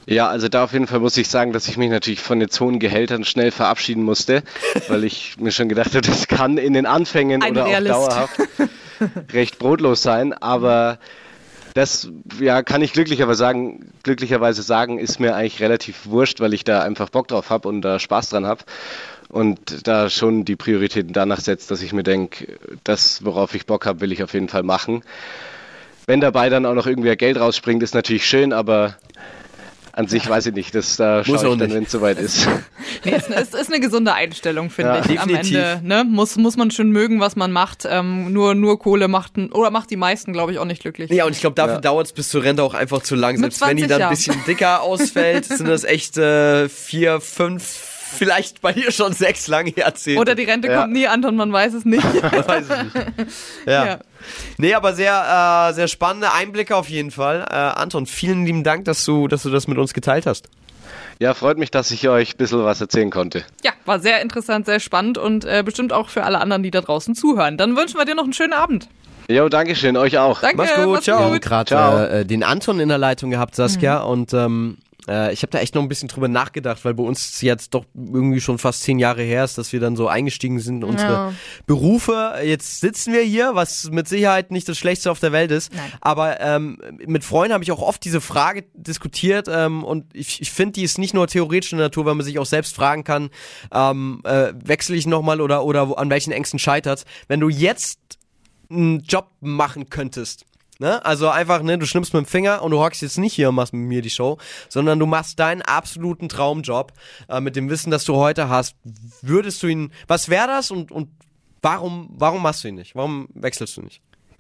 Ja, also da auf jeden Fall muss ich sagen, dass ich mich natürlich von den hohen Gehältern schnell verabschieden musste, weil ich mir schon gedacht habe, das kann in den Anfängen Ein oder Realist. auch dauerhaft recht brotlos sein, aber das ja, kann ich glücklicherweise sagen, glücklicherweise sagen, ist mir eigentlich relativ wurscht, weil ich da einfach Bock drauf habe und da Spaß dran habe und da schon die Prioritäten danach setzt, dass ich mir denke, das, worauf ich Bock habe, will ich auf jeden Fall machen. Wenn dabei dann auch noch irgendwie Geld rausspringt, ist natürlich schön, aber an sich weiß ich nicht, dass da Muss schaue auch ich dann, nicht. wenn es soweit ist. Nee, es ist, ist eine gesunde Einstellung, finde Ja, ich. Am definitiv. Ende ne, muss, muss man schon mögen, was man macht. Ähm, nur, nur Kohle macht, oder macht die meisten, glaube ich, auch nicht glücklich. Ja, und ich glaube, dafür Ja. dauert es bis zur Rente auch einfach zu lang. Mit Selbst wenn die zwanzig dann ein Jahren. bisschen dicker ausfällt, sind das echt äh, vier, fünf, vielleicht bei dir schon sechs lange Jahrzehnte. Oder die Rente Ja. kommt nie, Anton, man weiß es nicht. Man weiß es nicht. Ja. Ja. Nee, aber sehr, äh, sehr spannende Einblicke auf jeden Fall. Äh, Anton, vielen lieben Dank, dass du, dass du das mit uns geteilt hast. Ja, freut mich, dass ich euch ein bisschen was erzählen konnte. Ja, war sehr interessant, sehr spannend und äh, bestimmt auch für alle anderen, die da draußen zuhören. Dann wünschen wir dir noch einen schönen Abend. Jo, Dankeschön, euch auch. Danke, Mach's gut, ciao. Wir haben Ciao. gerade äh, den Anton in der Leitung gehabt, Saskia, Mhm. und ähm, äh, ich habe da echt noch ein bisschen drüber nachgedacht, weil bei uns jetzt doch irgendwie schon fast zehn Jahre her ist, dass wir dann so eingestiegen sind in unsere Ja. Berufe. Jetzt sitzen wir hier, was mit Sicherheit nicht das Schlechteste auf der Welt ist, Nein. aber ähm, mit Freunden habe ich auch oft diese Frage diskutiert ähm, und ich, ich finde, die ist nicht nur theoretischer Natur, weil man sich auch selbst fragen kann, ähm, äh, wechsle ich nochmal oder, oder wo- an welchen Ängsten scheitert. Wenn du jetzt einen Job machen könntest, ne? Also einfach, ne, du schnippst mit dem Finger und du hockst jetzt nicht hier und machst mit mir die Show, sondern du machst deinen absoluten Traumjob äh, mit dem Wissen, das du heute hast. Würdest du ihn, was wäre das und, und warum, warum machst du ihn nicht? Warum wechselst du nicht?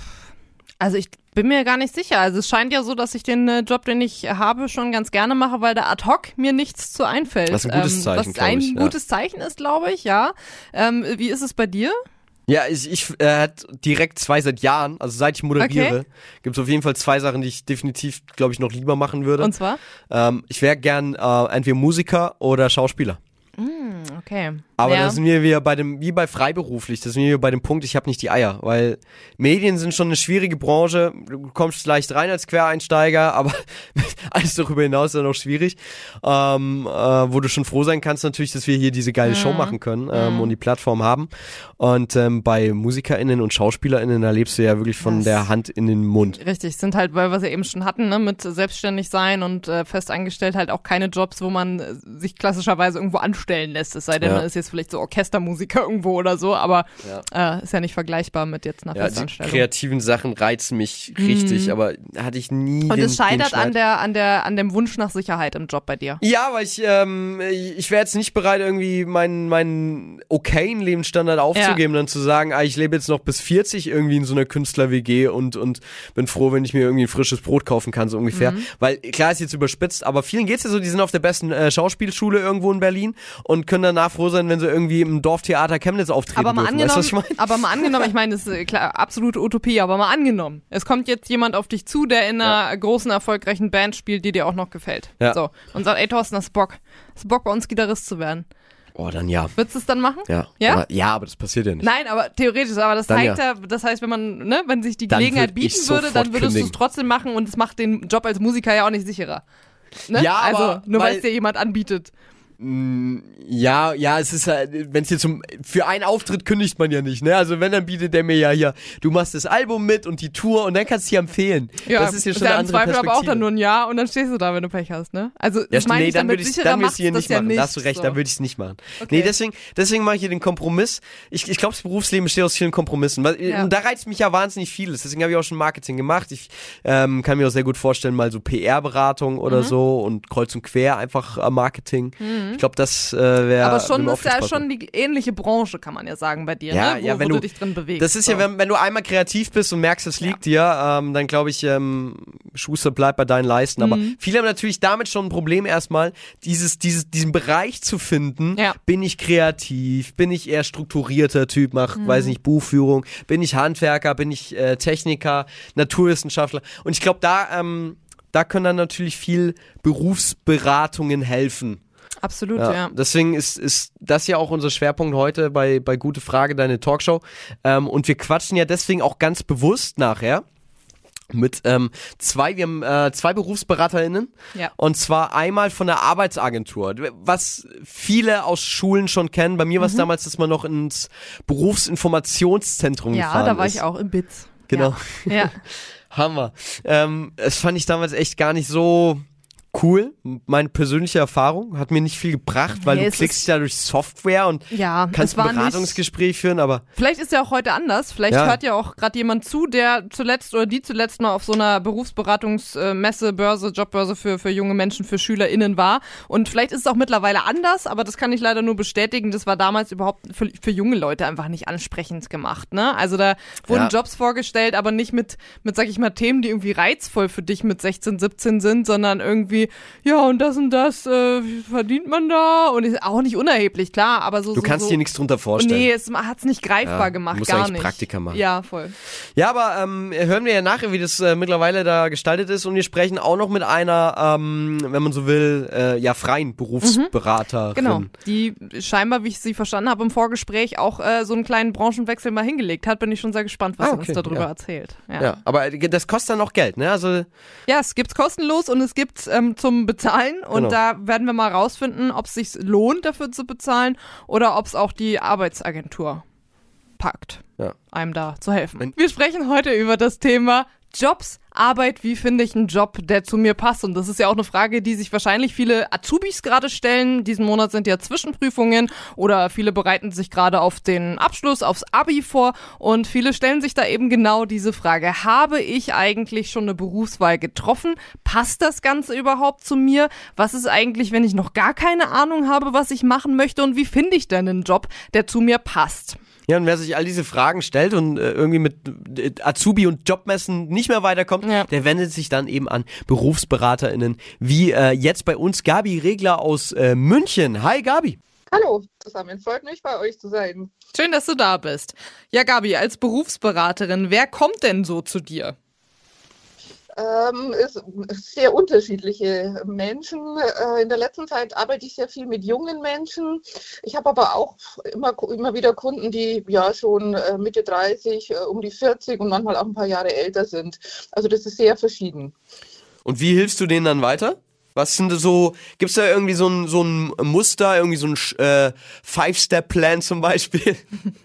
Also ich bin mir gar nicht sicher. Also es scheint ja so, dass ich den äh, Job, den ich habe, schon ganz gerne mache, weil da ad hoc mir nichts zu einfällt. Was ein gutes Zeichen, Was glaub ein ich, ja. gutes Zeichen ist, glaube ich, ja. Ähm, wie ist es bei dir? Ja, ich, ich äh, hat direkt zwei seit Jahren, also seit ich moderiere, Okay. gibt es auf jeden Fall zwei Sachen, die ich definitiv, glaube ich, noch lieber machen würde. Und zwar? Ähm, ich wäre gern äh, entweder Musiker oder Schauspieler. Okay. Aber ja. da sind wir wieder bei dem, wie bei freiberuflich, da sind wir wieder bei dem Punkt, ich habe nicht die Eier, weil Medien sind schon eine schwierige Branche, du kommst leicht rein als Quereinsteiger, aber alles darüber hinaus ist dann auch schwierig, ähm, äh, wo du schon froh sein kannst natürlich, dass wir hier diese geile Show machen können ähm, und die Plattform haben und ähm, bei MusikerInnen und SchauspielerInnen erlebst du ja wirklich von Das- der Hand in den Mund. Richtig, sind halt, weil wir es ja eben schon hatten, ne, mit selbstständig sein und äh, fest angestellt halt auch keine Jobs, wo man äh, sich klassischerweise irgendwo anstellen lässt. Es sei denn, Ja. man ist jetzt vielleicht so Orchestermusiker irgendwo oder so, aber äh, ist ja nicht vergleichbar mit jetzt einer Ja, die Festanstellung. kreativen Sachen reizen mich richtig, aber hatte ich nie Und den, es scheitert den an Schneid. der, an der, an dem Wunsch nach Sicherheit im Job bei dir. Ja, weil ich, ähm, ich wäre jetzt nicht bereit, irgendwie meinen, meinen okayen Lebensstandard aufzugeben, dann zu sagen, ah, ich lebe jetzt noch bis vierzig irgendwie in so einer Künstler-W G und, und bin froh, wenn ich mir irgendwie ein frisches Brot kaufen kann, so ungefähr. Weil, klar ist jetzt überspitzt, aber vielen geht's ja so, die sind auf der besten äh, Schauspielschule irgendwo in Berlin und können danach froh sein, wenn sie irgendwie im Dorftheater Chemnitz auftreten Aber mal dürfen. Weißt du, was ich angenommen, meine? aber mal angenommen, ich meine, das ist äh, klar, absolute Utopie, aber mal angenommen, es kommt jetzt jemand auf dich zu, der in einer großen, erfolgreichen Band spielt, die dir auch noch gefällt. Ja. So. Und sagt, ey Thorsten, hast Bock? Hast Bock, bei uns Gitarrist zu werden? Oh, dann ja. Würdest du es dann machen? Ja. Ja? Aber, ja, aber das passiert ja nicht. Nein, aber theoretisch, aber das Dann zeigt ja. ja, das heißt, wenn man, ne, wenn sich die Dann Gelegenheit würd ich bieten würde, sofort dann würdest du es kündigen. trotzdem machen und es macht den Job als Musiker ja auch nicht sicherer. Ne? Ja, aber also, nur weil weil- es dir jemand anbietet. Ja, ja, es ist ja, wenn es hier zum, für einen Auftritt kündigt man ja nicht, ne? Also wenn, dann bietet der mir ja hier, du machst das Album mit und die Tour und dann kannst du hier empfehlen. Ja, das ist hier schon ja eine im andere Zweifel aber auch Perspektive. dann nur ein Jahr und dann stehst du da, wenn du Pech hast, ne? Also, Ja, das stimmt, meine nee, ich dann damit, würde ich sicherer dann würde macht's ich hier das nicht ja machen. nicht. Da hast du recht, so. dann würde ich es nicht machen. Okay. Nee, deswegen, deswegen mache ich hier den Kompromiss. Ich, ich glaube, das Berufsleben besteht aus vielen Kompromissen. Weil, Ja. Und da reizt mich ja wahnsinnig vieles. Deswegen habe ich auch schon Marketing gemacht. Ich ähm, kann mir auch sehr gut vorstellen, mal so P R-Beratung oder Mhm. so und kreuz und quer einfach äh, Marketing. Ich glaube, das äh, wäre Aber schon, würde mir auch ist viel ja Spaß schon die ähnliche Branche, kann man ja sagen, bei dir, Ja, ne? Wo, ja, wenn wo du, du- dich drin bewegst. Das ist ja, so. wenn, wenn du einmal kreativ bist und merkst, es liegt dir, ähm, dann glaube ich, ähm, Schuster bleibt bei deinen Leisten. Aber Mhm. viele haben natürlich damit schon ein Problem erstmal, dieses, dieses, diesen Bereich zu finden. Ja. Bin ich kreativ? Bin ich eher strukturierter Typ? Mach, Mhm. weiß nicht, Buchführung? Bin ich Handwerker? Bin ich äh, Techniker? Naturwissenschaftler? Und ich glaube, da, ähm, da können dann natürlich viel Berufsberatungen helfen. Absolut, Ja, ja. Deswegen ist, ist das ja auch unser Schwerpunkt heute bei, bei Gute Frage, deine Talkshow. Ähm, und wir quatschen ja deswegen auch ganz bewusst nachher mit ähm, zwei, wir haben äh, zwei BerufsberaterInnen Ja. und zwar einmal von der Arbeitsagentur, was viele aus Schulen schon kennen. Bei mir war es damals, dass man noch ins Berufsinformationszentrum Ja, gefahren da war ist. ich auch im B I Z. Genau. Ja. ja. Hammer. Ähm, das fand ich damals echt gar nicht so cool. Meine persönliche Erfahrung hat mir nicht viel gebracht, weil Nee, du es klickst ist- dich da durch Software und Ja, kannst es war ein nicht- Beratungsgespräch führen, aber Vielleicht ist ja auch heute anders. Vielleicht Ja. hört ja auch gerade jemand zu, der zuletzt oder die zuletzt mal auf so einer Berufsberatungsmesse, Börse, Jobbörse für, für junge Menschen, für SchülerInnen war. Und vielleicht ist es auch mittlerweile anders, aber das kann ich leider nur bestätigen. Das war damals überhaupt für, für junge Leute einfach nicht ansprechend gemacht. Ne? Also da wurden Ja. Jobs vorgestellt, aber nicht mit, mit, sag ich mal, Themen, die irgendwie reizvoll für dich mit sechzehn, siebzehn sind, sondern irgendwie, ja, und das und das äh, wie verdient man da. Und ist auch nicht unerheblich, klar, aber so du so, kannst so, dir nichts drunter vorstellen. Nee, es hat es nicht greifbar Ja, gemacht, du musst gar eigentlich nicht. Praktika machen. Ja, voll. Ja, aber ähm, hören wir ja nachher, wie das äh, mittlerweile da gestaltet ist und wir sprechen auch noch mit einer, ähm, wenn man so will, äh, ja freien Berufsberaterin. Genau. Die scheinbar, wie ich sie verstanden habe im Vorgespräch, auch äh, so einen kleinen Branchenwechsel mal hingelegt hat. Bin ich schon sehr gespannt, was Ah, sie okay, uns darüber ja. erzählt. Ja. Ja, aber das kostet dann noch Geld, ne? Also Ja, es gibt's kostenlos und es gibt's ähm, zum Bezahlen und Genau. da werden wir mal rausfinden, ob es sich lohnt, dafür zu bezahlen oder ob es auch die Arbeitsagentur packt, Ja. einem da zu helfen. Wenn- Wir sprechen heute über das Thema Jobs, Arbeit, wie finde ich einen Job, der zu mir passt? Und das ist ja auch eine Frage, die sich wahrscheinlich viele Azubis gerade stellen. Diesen Monat sind ja Zwischenprüfungen oder viele bereiten sich gerade auf den Abschluss, aufs Abi vor und viele stellen sich da eben genau diese Frage. Habe ich eigentlich schon eine Berufswahl getroffen? Passt das Ganze überhaupt zu mir? Was ist eigentlich, wenn ich noch gar keine Ahnung habe, was ich machen möchte? Und wie finde ich denn einen Job, der zu mir passt? Ja, und wer sich all diese Fragen stellt und äh, irgendwie mit äh, Azubi und Jobmessen nicht mehr weiterkommt, Ja. der wendet sich dann eben an BerufsberaterInnen, wie äh, jetzt bei uns Gabi Regler aus äh, München. Hi Gabi. Hallo zusammen, freut mich bei euch zu sein. Schön, dass du da bist. Ja, Gabi, als Berufsberaterin, wer kommt denn so zu dir? Ähm, es sehr unterschiedliche Menschen. Äh, in der letzten Zeit arbeite ich sehr viel mit jungen Menschen. Ich habe aber auch immer, immer wieder Kunden, die ja schon äh, Mitte dreißig, äh, um die vierzig und manchmal auch ein paar Jahre älter sind. Also das ist sehr verschieden. Und wie hilfst du denen dann weiter? Was sind so, gibt's da irgendwie so ein, so ein Muster, irgendwie so ein äh, Five-Step-Plan zum Beispiel?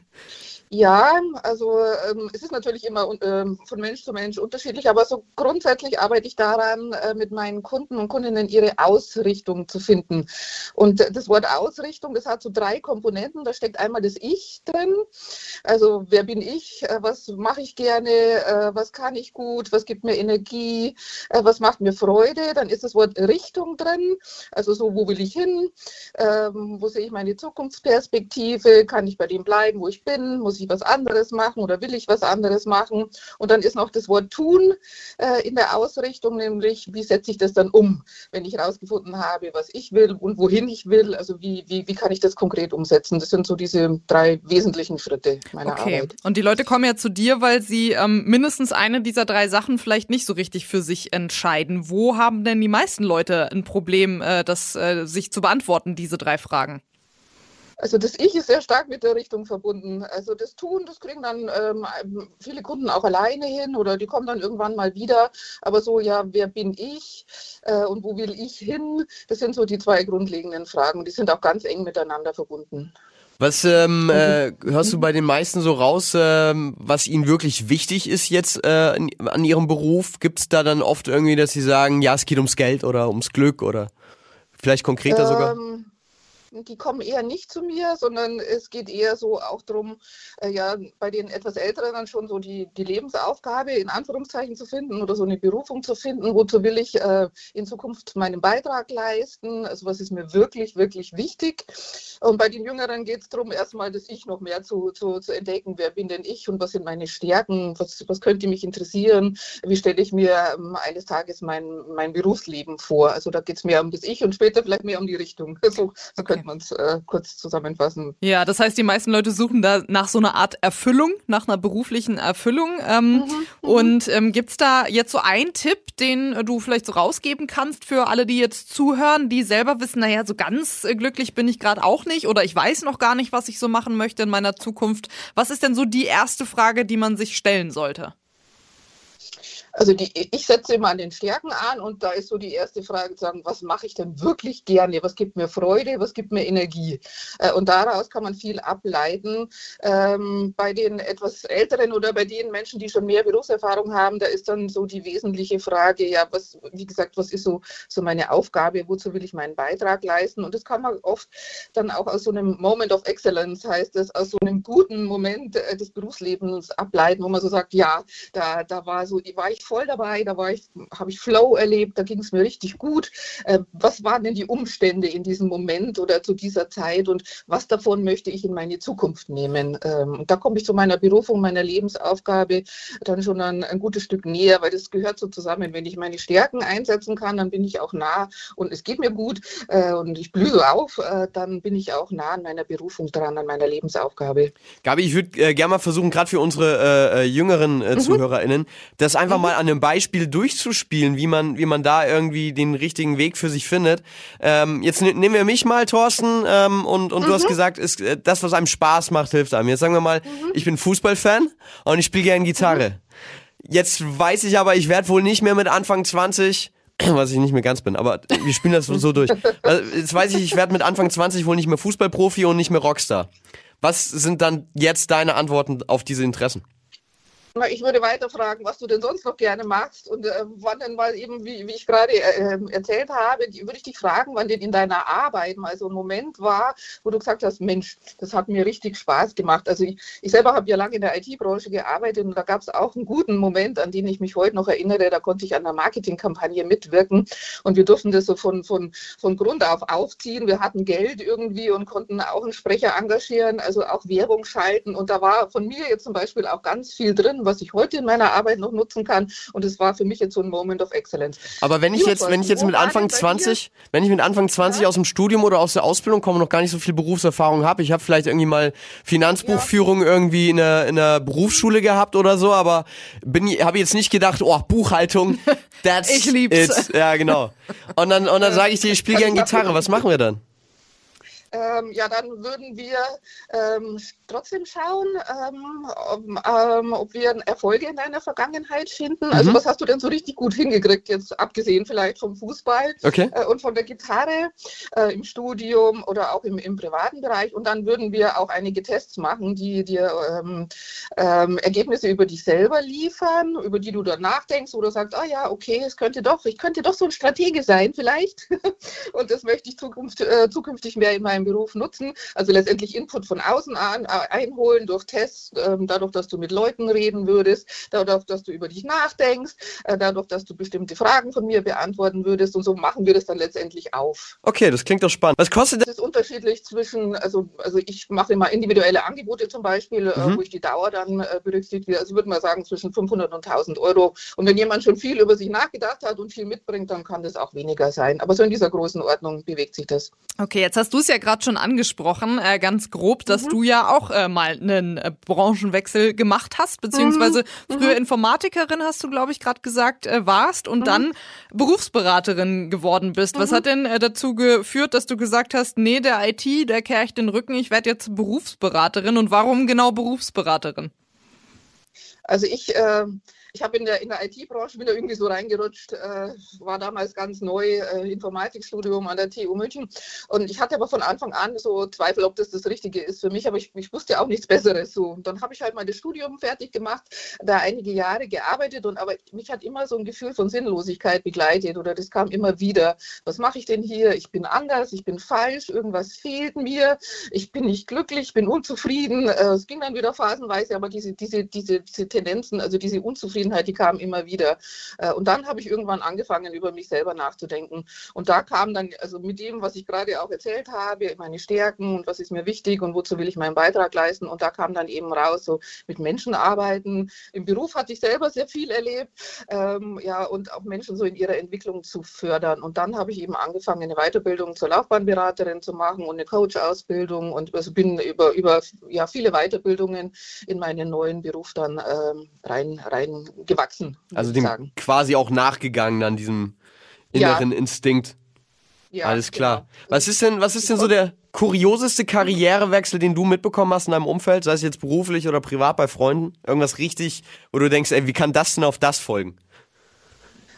Ja, also ähm, es ist natürlich immer ähm, von Mensch zu Mensch unterschiedlich, aber so grundsätzlich arbeite ich daran, äh, mit meinen Kunden und Kundinnen ihre Ausrichtung zu finden. Und äh, das Wort Ausrichtung, das hat so drei Komponenten. Da steckt einmal das Ich drin, also wer bin ich, äh, was mache ich gerne, äh, was kann ich gut, was gibt mir Energie, äh, was macht mir Freude. Dann ist das Wort Richtung drin, also so, wo will ich hin, ähm, wo sehe ich meine Zukunftsperspektive, kann ich bei dem bleiben, wo ich bin, muss ich was anderes machen oder will ich was anderes machen? Und dann ist noch das Wort tun äh, in der Ausrichtung, nämlich wie setze ich das dann um, wenn ich herausgefunden habe, was ich will und wohin ich will. Also wie, wie, wie kann ich das konkret umsetzen? Das sind so diese drei wesentlichen Schritte meiner Okay. Arbeit. Und die Leute kommen ja zu dir, weil sie ähm, mindestens eine dieser drei Sachen vielleicht nicht so richtig für sich entscheiden. Wo haben denn die meisten Leute ein Problem, äh, das äh, sich zu beantworten, diese drei Fragen? Also das Ich ist sehr stark mit der Richtung verbunden. Also das Tun, das kriegen dann ähm, viele Kunden auch alleine hin oder die kommen dann irgendwann mal wieder. Aber so, ja, wer bin ich äh, und wo will ich hin? Das sind so die zwei grundlegenden Fragen. Die sind auch ganz eng miteinander verbunden. Was ähm, äh, hörst du bei den meisten so raus, ähm, was ihnen wirklich wichtig ist jetzt äh, in, an ihrem Beruf? Gibt's da dann oft irgendwie, dass sie sagen, ja, es geht ums Geld oder ums Glück oder vielleicht konkreter sogar? Ähm, Die kommen eher nicht zu mir, sondern es geht eher so auch darum, äh, ja, bei den etwas Älteren dann schon so die, die Lebensaufgabe in Anführungszeichen zu finden oder so eine Berufung zu finden, wozu will ich äh, in Zukunft meinen Beitrag leisten, also was ist mir wirklich, wirklich wichtig. Und bei den Jüngeren geht es darum, erstmal das Ich noch mehr zu, zu, zu entdecken, wer bin denn ich und was sind meine Stärken, was, was könnte mich interessieren, wie stelle ich mir ähm, eines Tages mein, mein Berufsleben vor. Also da geht es mehr um das Ich und später vielleicht mehr um die Richtung. So, so Okay. könnte man es äh, kurz zusammenfassen. Ja, das heißt, die meisten Leute suchen da nach so einer Art Erfüllung, nach einer beruflichen Erfüllung. Ähm, und ähm, gibt's da jetzt so einen Tipp, den äh, du vielleicht so rausgeben kannst für alle, die jetzt zuhören, die selber wissen, naja, so ganz äh, glücklich bin ich gerade auch nicht oder ich weiß noch gar nicht, was ich so machen möchte in meiner Zukunft. Was ist denn so die erste Frage, die man sich stellen sollte? Also die, ich setze immer an den Stärken an und da ist so die erste Frage zu sagen, was mache ich denn wirklich gerne? Was gibt mir Freude? Was gibt mir Energie? Und daraus kann man viel ableiten. Ähm, bei den etwas Älteren oder bei den Menschen, die schon mehr Berufserfahrung haben, da ist dann so die wesentliche Frage, ja, was, wie gesagt, was ist so, so meine Aufgabe? Wozu will ich meinen Beitrag leisten? Und das kann man oft dann auch aus so einem Moment of Excellence, heißt es, aus so einem guten Moment des Berufslebens ableiten, wo man so sagt, ja, da, da war so, war ich voll dabei, da war ich, habe ich Flow erlebt, da ging es mir richtig gut. Äh, was waren denn die Umstände in diesem Moment oder zu dieser Zeit und was davon möchte ich in meine Zukunft nehmen? Ähm, und da komme ich zu meiner Berufung, meiner Lebensaufgabe dann schon ein, ein gutes Stück näher, weil das gehört so zusammen. Wenn ich meine Stärken einsetzen kann, dann bin ich auch nah und es geht mir gut äh, und ich blühe so auf, äh, dann bin ich auch nah an meiner Berufung dran, an meiner Lebensaufgabe. Gabi, ich würde äh, gerne mal versuchen, gerade für unsere äh, jüngeren äh, mhm. ZuhörerInnen, das einfach mhm. mal an einem Beispiel durchzuspielen, wie man, wie man da irgendwie den richtigen Weg für sich findet. Ähm, jetzt ne, nehmen wir mich mal, Thorsten, ähm, und, und mhm. du hast gesagt, ist, äh, das, was einem Spaß macht, hilft einem. Jetzt sagen wir mal, mhm. ich bin Fußballfan und ich spiele gerne Gitarre. Mhm. Jetzt weiß ich aber, ich werde wohl nicht mehr mit Anfang zwanzig, was ich nicht mehr ganz bin, aber wir spielen das so durch. Also jetzt weiß ich, ich werde mit Anfang zwanzig wohl nicht mehr Fußballprofi und nicht mehr Rockstar. Was sind dann jetzt deine Antworten auf diese Interessen? Ich würde weiter fragen, was du denn sonst noch gerne machst und äh, wann denn mal eben, wie, wie ich gerade äh, erzählt habe, die, würde ich dich fragen, wann denn in deiner Arbeit mal so ein Moment war, wo du gesagt hast, Mensch, das hat mir richtig Spaß gemacht. Also ich, ich selber habe ja lange in der I T-Branche gearbeitet und da gab es auch einen guten Moment, an den ich mich heute noch erinnere, da konnte ich an einer Marketingkampagne mitwirken und wir durften das so von, von, von Grund auf aufziehen. Wir hatten Geld irgendwie und konnten auch einen Sprecher engagieren, also auch Werbung schalten und da war von mir jetzt zum Beispiel auch ganz viel drin, was ich heute in meiner Arbeit noch nutzen kann. Und es war für mich jetzt so ein Moment of Excellence. Aber wenn ich jetzt, wenn ich jetzt mit Anfang zwanzig, wenn ich mit Anfang zwanzig ja. aus dem Studium oder aus der Ausbildung komme und noch gar nicht so viel Berufserfahrung habe, ich habe vielleicht irgendwie mal Finanzbuchführung ja. irgendwie in der, in der Berufsschule gehabt oder so, aber bin, habe jetzt nicht gedacht, oh, Buchhaltung, that's ich lieb's. it. Ja, genau. Und dann, und dann sage ich dir, ich spiele gerne Gitarre. Was machen wir dann? Ähm, ja, dann würden wir ähm, trotzdem schauen, ähm, ob, ähm, ob wir Erfolge in deiner Vergangenheit finden. Mhm. Also was hast du denn so richtig gut hingekriegt, jetzt abgesehen vielleicht vom Fußball okay. äh, und von der Gitarre äh, im Studium oder auch im, im privaten Bereich. Und dann würden wir auch einige Tests machen, die dir ähm, ähm, Ergebnisse über dich selber liefern, über die du dann nachdenkst oder sagst, ah ja, okay, es könnte doch, ich könnte doch so ein Stratege sein vielleicht. Und das möchte ich zukunft, äh, zukünftig mehr in meinem Beruf nutzen, also letztendlich Input von außen an, einholen durch Tests, ähm, dadurch, dass du mit Leuten reden würdest, dadurch, dass du über dich nachdenkst, äh, dadurch, dass du bestimmte Fragen von mir beantworten würdest und so machen wir das dann letztendlich auf. Okay, das klingt doch spannend. Was kostet das? Das ist unterschiedlich zwischen, also, also ich mache immer individuelle Angebote zum Beispiel, mhm. äh, wo ich die Dauer dann äh, berücksichtige, also würde man sagen zwischen fünfhundert und tausend Euro und wenn jemand schon viel über sich nachgedacht hat und viel mitbringt, dann kann das auch weniger sein, aber so in dieser Größenordnung bewegt sich das. Okay, jetzt hast du es ja gerade schon angesprochen, äh, ganz grob, dass mhm. du ja auch äh, mal einen äh, Branchenwechsel gemacht hast, beziehungsweise mhm. früher Informatikerin, hast du, glaube ich, gerade gesagt, äh, warst und mhm. dann Berufsberaterin geworden bist. Mhm. Was hat denn äh, dazu geführt, dass du gesagt hast, nee, der I T, der kehre ich den Rücken, ich werde jetzt Berufsberaterin und warum genau Berufsberaterin? Also ich... Äh Ich habe in der, in der I T-Branche, bin da irgendwie so reingerutscht, äh, war damals ganz neu, äh, Informatikstudium an der T U München. Und ich hatte aber von Anfang an so Zweifel, ob das das Richtige ist für mich, aber ich, ich wusste ja auch nichts Besseres. So. Und dann habe ich halt mal das Studium fertig gemacht, da einige Jahre gearbeitet, und aber mich hat immer so ein Gefühl von Sinnlosigkeit begleitet oder das kam immer wieder. Was mache ich denn hier? Ich bin anders, ich bin falsch, irgendwas fehlt mir, ich bin nicht glücklich, ich bin unzufrieden. Äh, es ging dann wieder phasenweise, aber diese, diese, diese, diese Tendenzen, also diese Unzufriedenheit, die kam immer wieder. Und dann habe ich irgendwann angefangen, über mich selber nachzudenken. Und da kam dann, also mit dem, was ich gerade auch erzählt habe, meine Stärken und was ist mir wichtig und wozu will ich meinen Beitrag leisten. Und da kam dann eben raus, so mit Menschen arbeiten. Im Beruf hatte ich selber sehr viel erlebt, ähm, ja, und auch Menschen so in ihrer Entwicklung zu fördern. Und dann habe ich eben angefangen, eine Weiterbildung zur Laufbahnberaterin zu machen und eine Coach-Ausbildung und also bin über, über ja, viele Weiterbildungen in meinen neuen Beruf dann ähm, rein, rein gewachsen. Also dem sagen. Quasi auch nachgegangen an diesem inneren ja. Instinkt. Ja, alles klar. Genau. Was ist denn, was ist denn so der kurioseste Karrierewechsel, den du mitbekommen hast in deinem Umfeld, sei es jetzt beruflich oder privat bei Freunden? Irgendwas richtig, wo du denkst, ey, wie kann das denn auf das folgen?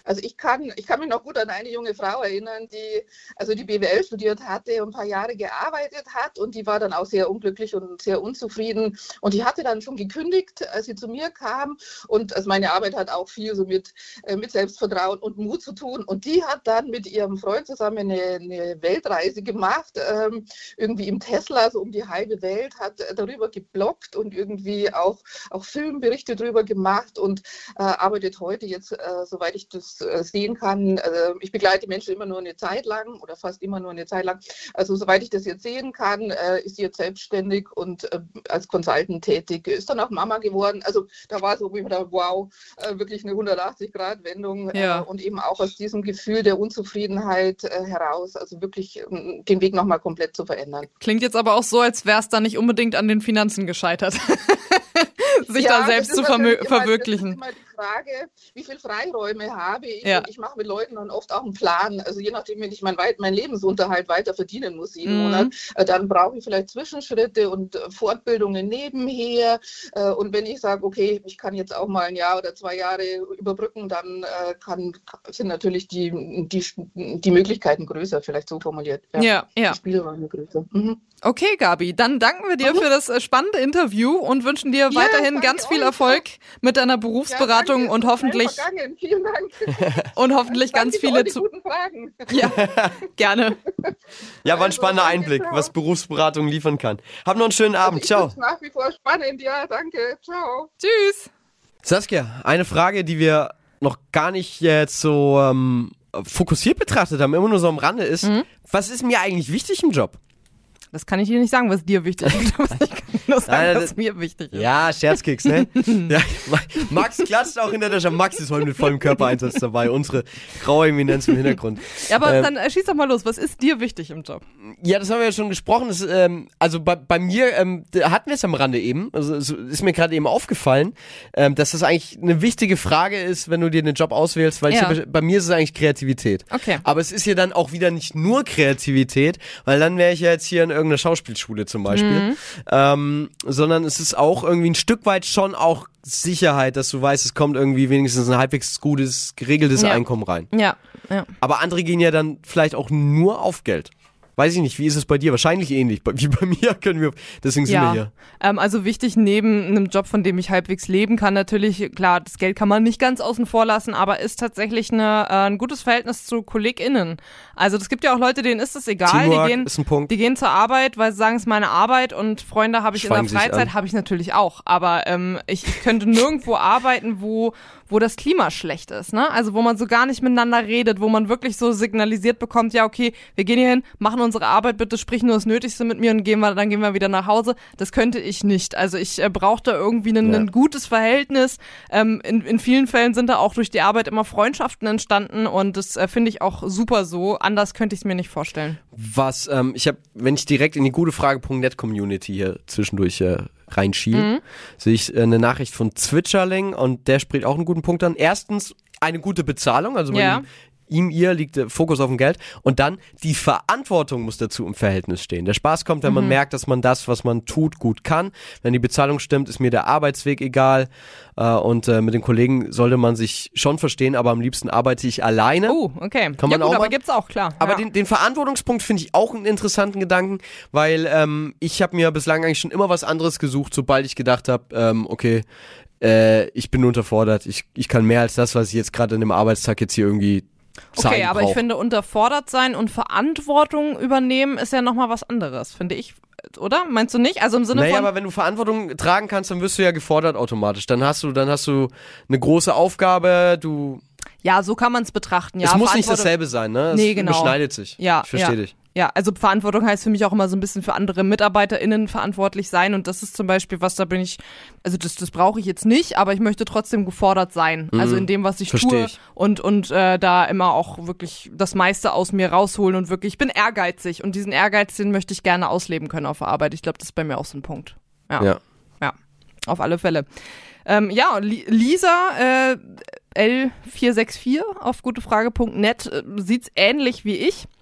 Also ich kann, ich kann mich noch gut an eine junge Frau erinnern, die also die B W L studiert hatte und ein paar Jahre gearbeitet hat und die war dann auch sehr unglücklich und sehr unzufrieden und die hatte dann schon gekündigt, als sie zu mir kam und also meine Arbeit hat auch viel so mit, äh, mit Selbstvertrauen und Mut zu tun und die hat dann mit ihrem Freund zusammen eine, eine Weltreise gemacht, ähm, irgendwie im Tesla, so um die halbe Welt, hat darüber gebloggt und irgendwie auch, auch Filmberichte darüber gemacht und äh, arbeitet heute jetzt, äh, soweit ich das äh, sehen kann, äh, ich begleite Menschen immer nur eine Zeit lang oder fast immer nur eine Zeit lang, also soweit ich das jetzt sehen kann, äh, ist sie jetzt selbstständig und äh, als Consultant tätig, ist dann auch Mama geworden, also da war so wie man da, wow, äh, wirklich eine hundertachtzig-Grad-Wendung ja. äh, und eben auch aus diesem Gefühl der Unzufriedenheit äh, heraus, also wirklich äh, den Weg nochmal komplett zu verändern. Klingt jetzt aber auch so, als wäre es da nicht unbedingt an den Finanzen gescheitert, sich ja, da selbst zu vermö- verwirklichen. Immer, das ist immer die Frage, wie viel Freiräume habe ich? Ja. Und ich mache mit Leuten dann oft auch einen Plan. Also je nachdem, wenn ich meinen mein Lebensunterhalt weiter verdienen muss jeden mhm. Monat, äh, dann brauche ich vielleicht Zwischenschritte und äh, Fortbildungen nebenher. Äh, und wenn ich sage, okay, ich kann jetzt auch mal ein Jahr oder zwei Jahre überbrücken, dann äh, kann, sind natürlich die, die, die Möglichkeiten größer, vielleicht so formuliert. Ja, ja. ja. Die Spielräume größer. Mhm. Okay, Gabi, dann danken wir dir mhm. für das spannende Interview und wünschen dir ja, weiterhin ganz viel Erfolg mit deiner Berufsberatung ja, und hoffentlich Vielen Dank. und hoffentlich ganz viele zu guten Fragen. Ja, gerne. Ja, war ein spannender Einblick, was Berufsberatung liefern kann. Hab noch einen schönen Abend. Also ich Ciao. Nach wie vor spannend. Ja, danke. Ciao. Tschüss. Saskia, eine Frage, die wir noch gar nicht jetzt so ähm, fokussiert betrachtet haben, immer nur so am Rande ist, mhm. was ist mir eigentlich wichtig im Job? Das kann ich dir nicht sagen, was dir wichtig ist. Ich kann nur sagen, Nein, was das, mir wichtig ist. Ja, Scherzkeks, ne? Ja, Max klatscht auch hinter der Schau. Max ist heute mit vollem Körpereinsatz dabei. Unsere graue Eminenz im Hintergrund. Ja, aber ähm, dann äh, schieß doch mal los. Was ist dir wichtig im Job? Ja, das haben wir ja schon gesprochen. Das, ähm, also bei, bei mir ähm, hatten wir es am Rande eben. Also es ist mir gerade eben aufgefallen, ähm, dass das eigentlich eine wichtige Frage ist, wenn du dir den Job auswählst, weil ja. ich, bei mir ist es eigentlich Kreativität. Okay. Aber es ist ja dann auch wieder nicht nur Kreativität, weil dann wäre ich ja jetzt hier in irgendeiner Schauspielschule zum Beispiel, mhm. ähm, sondern es ist auch irgendwie ein Stück weit schon auch Sicherheit, dass du weißt, es kommt irgendwie wenigstens ein halbwegs gutes, geregeltes ja. Einkommen rein. Ja, ja. Aber andere gehen ja dann vielleicht auch nur auf Geld. Weiß ich nicht, wie ist es bei dir? Wahrscheinlich ähnlich. Wie bei mir können wir, deswegen sind ja. wir hier. Ähm, also wichtig, neben einem Job, von dem ich halbwegs leben kann, natürlich, klar, das Geld kann man nicht ganz außen vor lassen, aber ist tatsächlich eine, äh, ein gutes Verhältnis zu KollegInnen. Also es gibt ja auch Leute, denen ist es egal. Teamwork die gehen, ist ein Punkt. Die gehen zur Arbeit, weil sie sagen, es ist meine Arbeit und Freunde habe ich Schweigen in der Freizeit, habe ich natürlich auch. Aber ähm, ich, ich könnte nirgendwo arbeiten, wo wo das Klima schlecht ist, ne? Also wo man so gar nicht miteinander redet, wo man wirklich so signalisiert bekommt, ja okay, wir gehen hier hin, machen unsere Arbeit, bitte sprich nur das Nötigste mit mir und gehen wir, dann gehen wir wieder nach Hause. Das könnte ich nicht. Also ich äh, brauchte irgendwie ein, ja. ein gutes Verhältnis. Ähm, in, in vielen Fällen sind da auch durch die Arbeit immer Freundschaften entstanden und das äh, finde ich auch super so. Anders könnte ich es mir nicht vorstellen. Was, ähm, ich habe, wenn ich direkt in die gutefrage punkt net Community hier zwischendurch äh, reinschiebe, mhm. sehe ich äh, eine Nachricht von Zwitscherling und der spricht auch einen guten Punkt an. Erstens, eine gute Bezahlung, also bei ja. ihm, ihm, ihr liegt der Fokus auf dem Geld und dann die Verantwortung muss dazu im Verhältnis stehen. Der Spaß kommt, wenn mhm. man merkt, dass man das, was man tut, gut kann. Wenn die Bezahlung stimmt, ist mir der Arbeitsweg egal äh, und äh, mit den Kollegen sollte man sich schon verstehen, aber am liebsten arbeite ich alleine. Oh, okay. Kann ja man gut, auch aber mal. gibt's auch, klar. Aber ja. den, den Verantwortungspunkt finde ich auch einen interessanten Gedanken, weil ähm, ich habe mir bislang eigentlich schon immer was anderes gesucht, sobald ich gedacht habe, ähm, okay, äh, ich bin unterfordert, ich, ich kann mehr als das, was ich jetzt gerade in dem Arbeitstag jetzt hier irgendwie Okay, aber brauch. ich finde, unterfordert sein und Verantwortung übernehmen ist ja nochmal was anderes, finde ich, oder? Meinst du nicht? Also im Sinne naja, von... aber wenn du Verantwortung tragen kannst, dann wirst du ja gefordert automatisch. Dann hast du, dann hast du eine große Aufgabe, du... Ja, so kann man es betrachten. Ja, es muss nicht dasselbe sein, ne? Es nee, genau. überschneidet sich. Ja, ich verstehe ja. dich. Ja, also Verantwortung heißt für mich auch immer so ein bisschen für andere MitarbeiterInnen verantwortlich sein und das ist zum Beispiel was, da bin ich, also das, das brauche ich jetzt nicht, aber ich möchte trotzdem gefordert sein, mhm. also in dem, was ich Versteh tue ich. und und äh, da immer auch wirklich das meiste aus mir rausholen und wirklich, ich bin ehrgeizig und diesen Ehrgeiz, den möchte ich gerne ausleben können auf der Arbeit. Ich glaube, das ist bei mir auch so ein Punkt. Ja, ja, ja auf alle Fälle. Ähm, ja, Lisa, äh, L vier sechs vier auf gutefrage punkt net äh, sieht's ähnlich wie ich.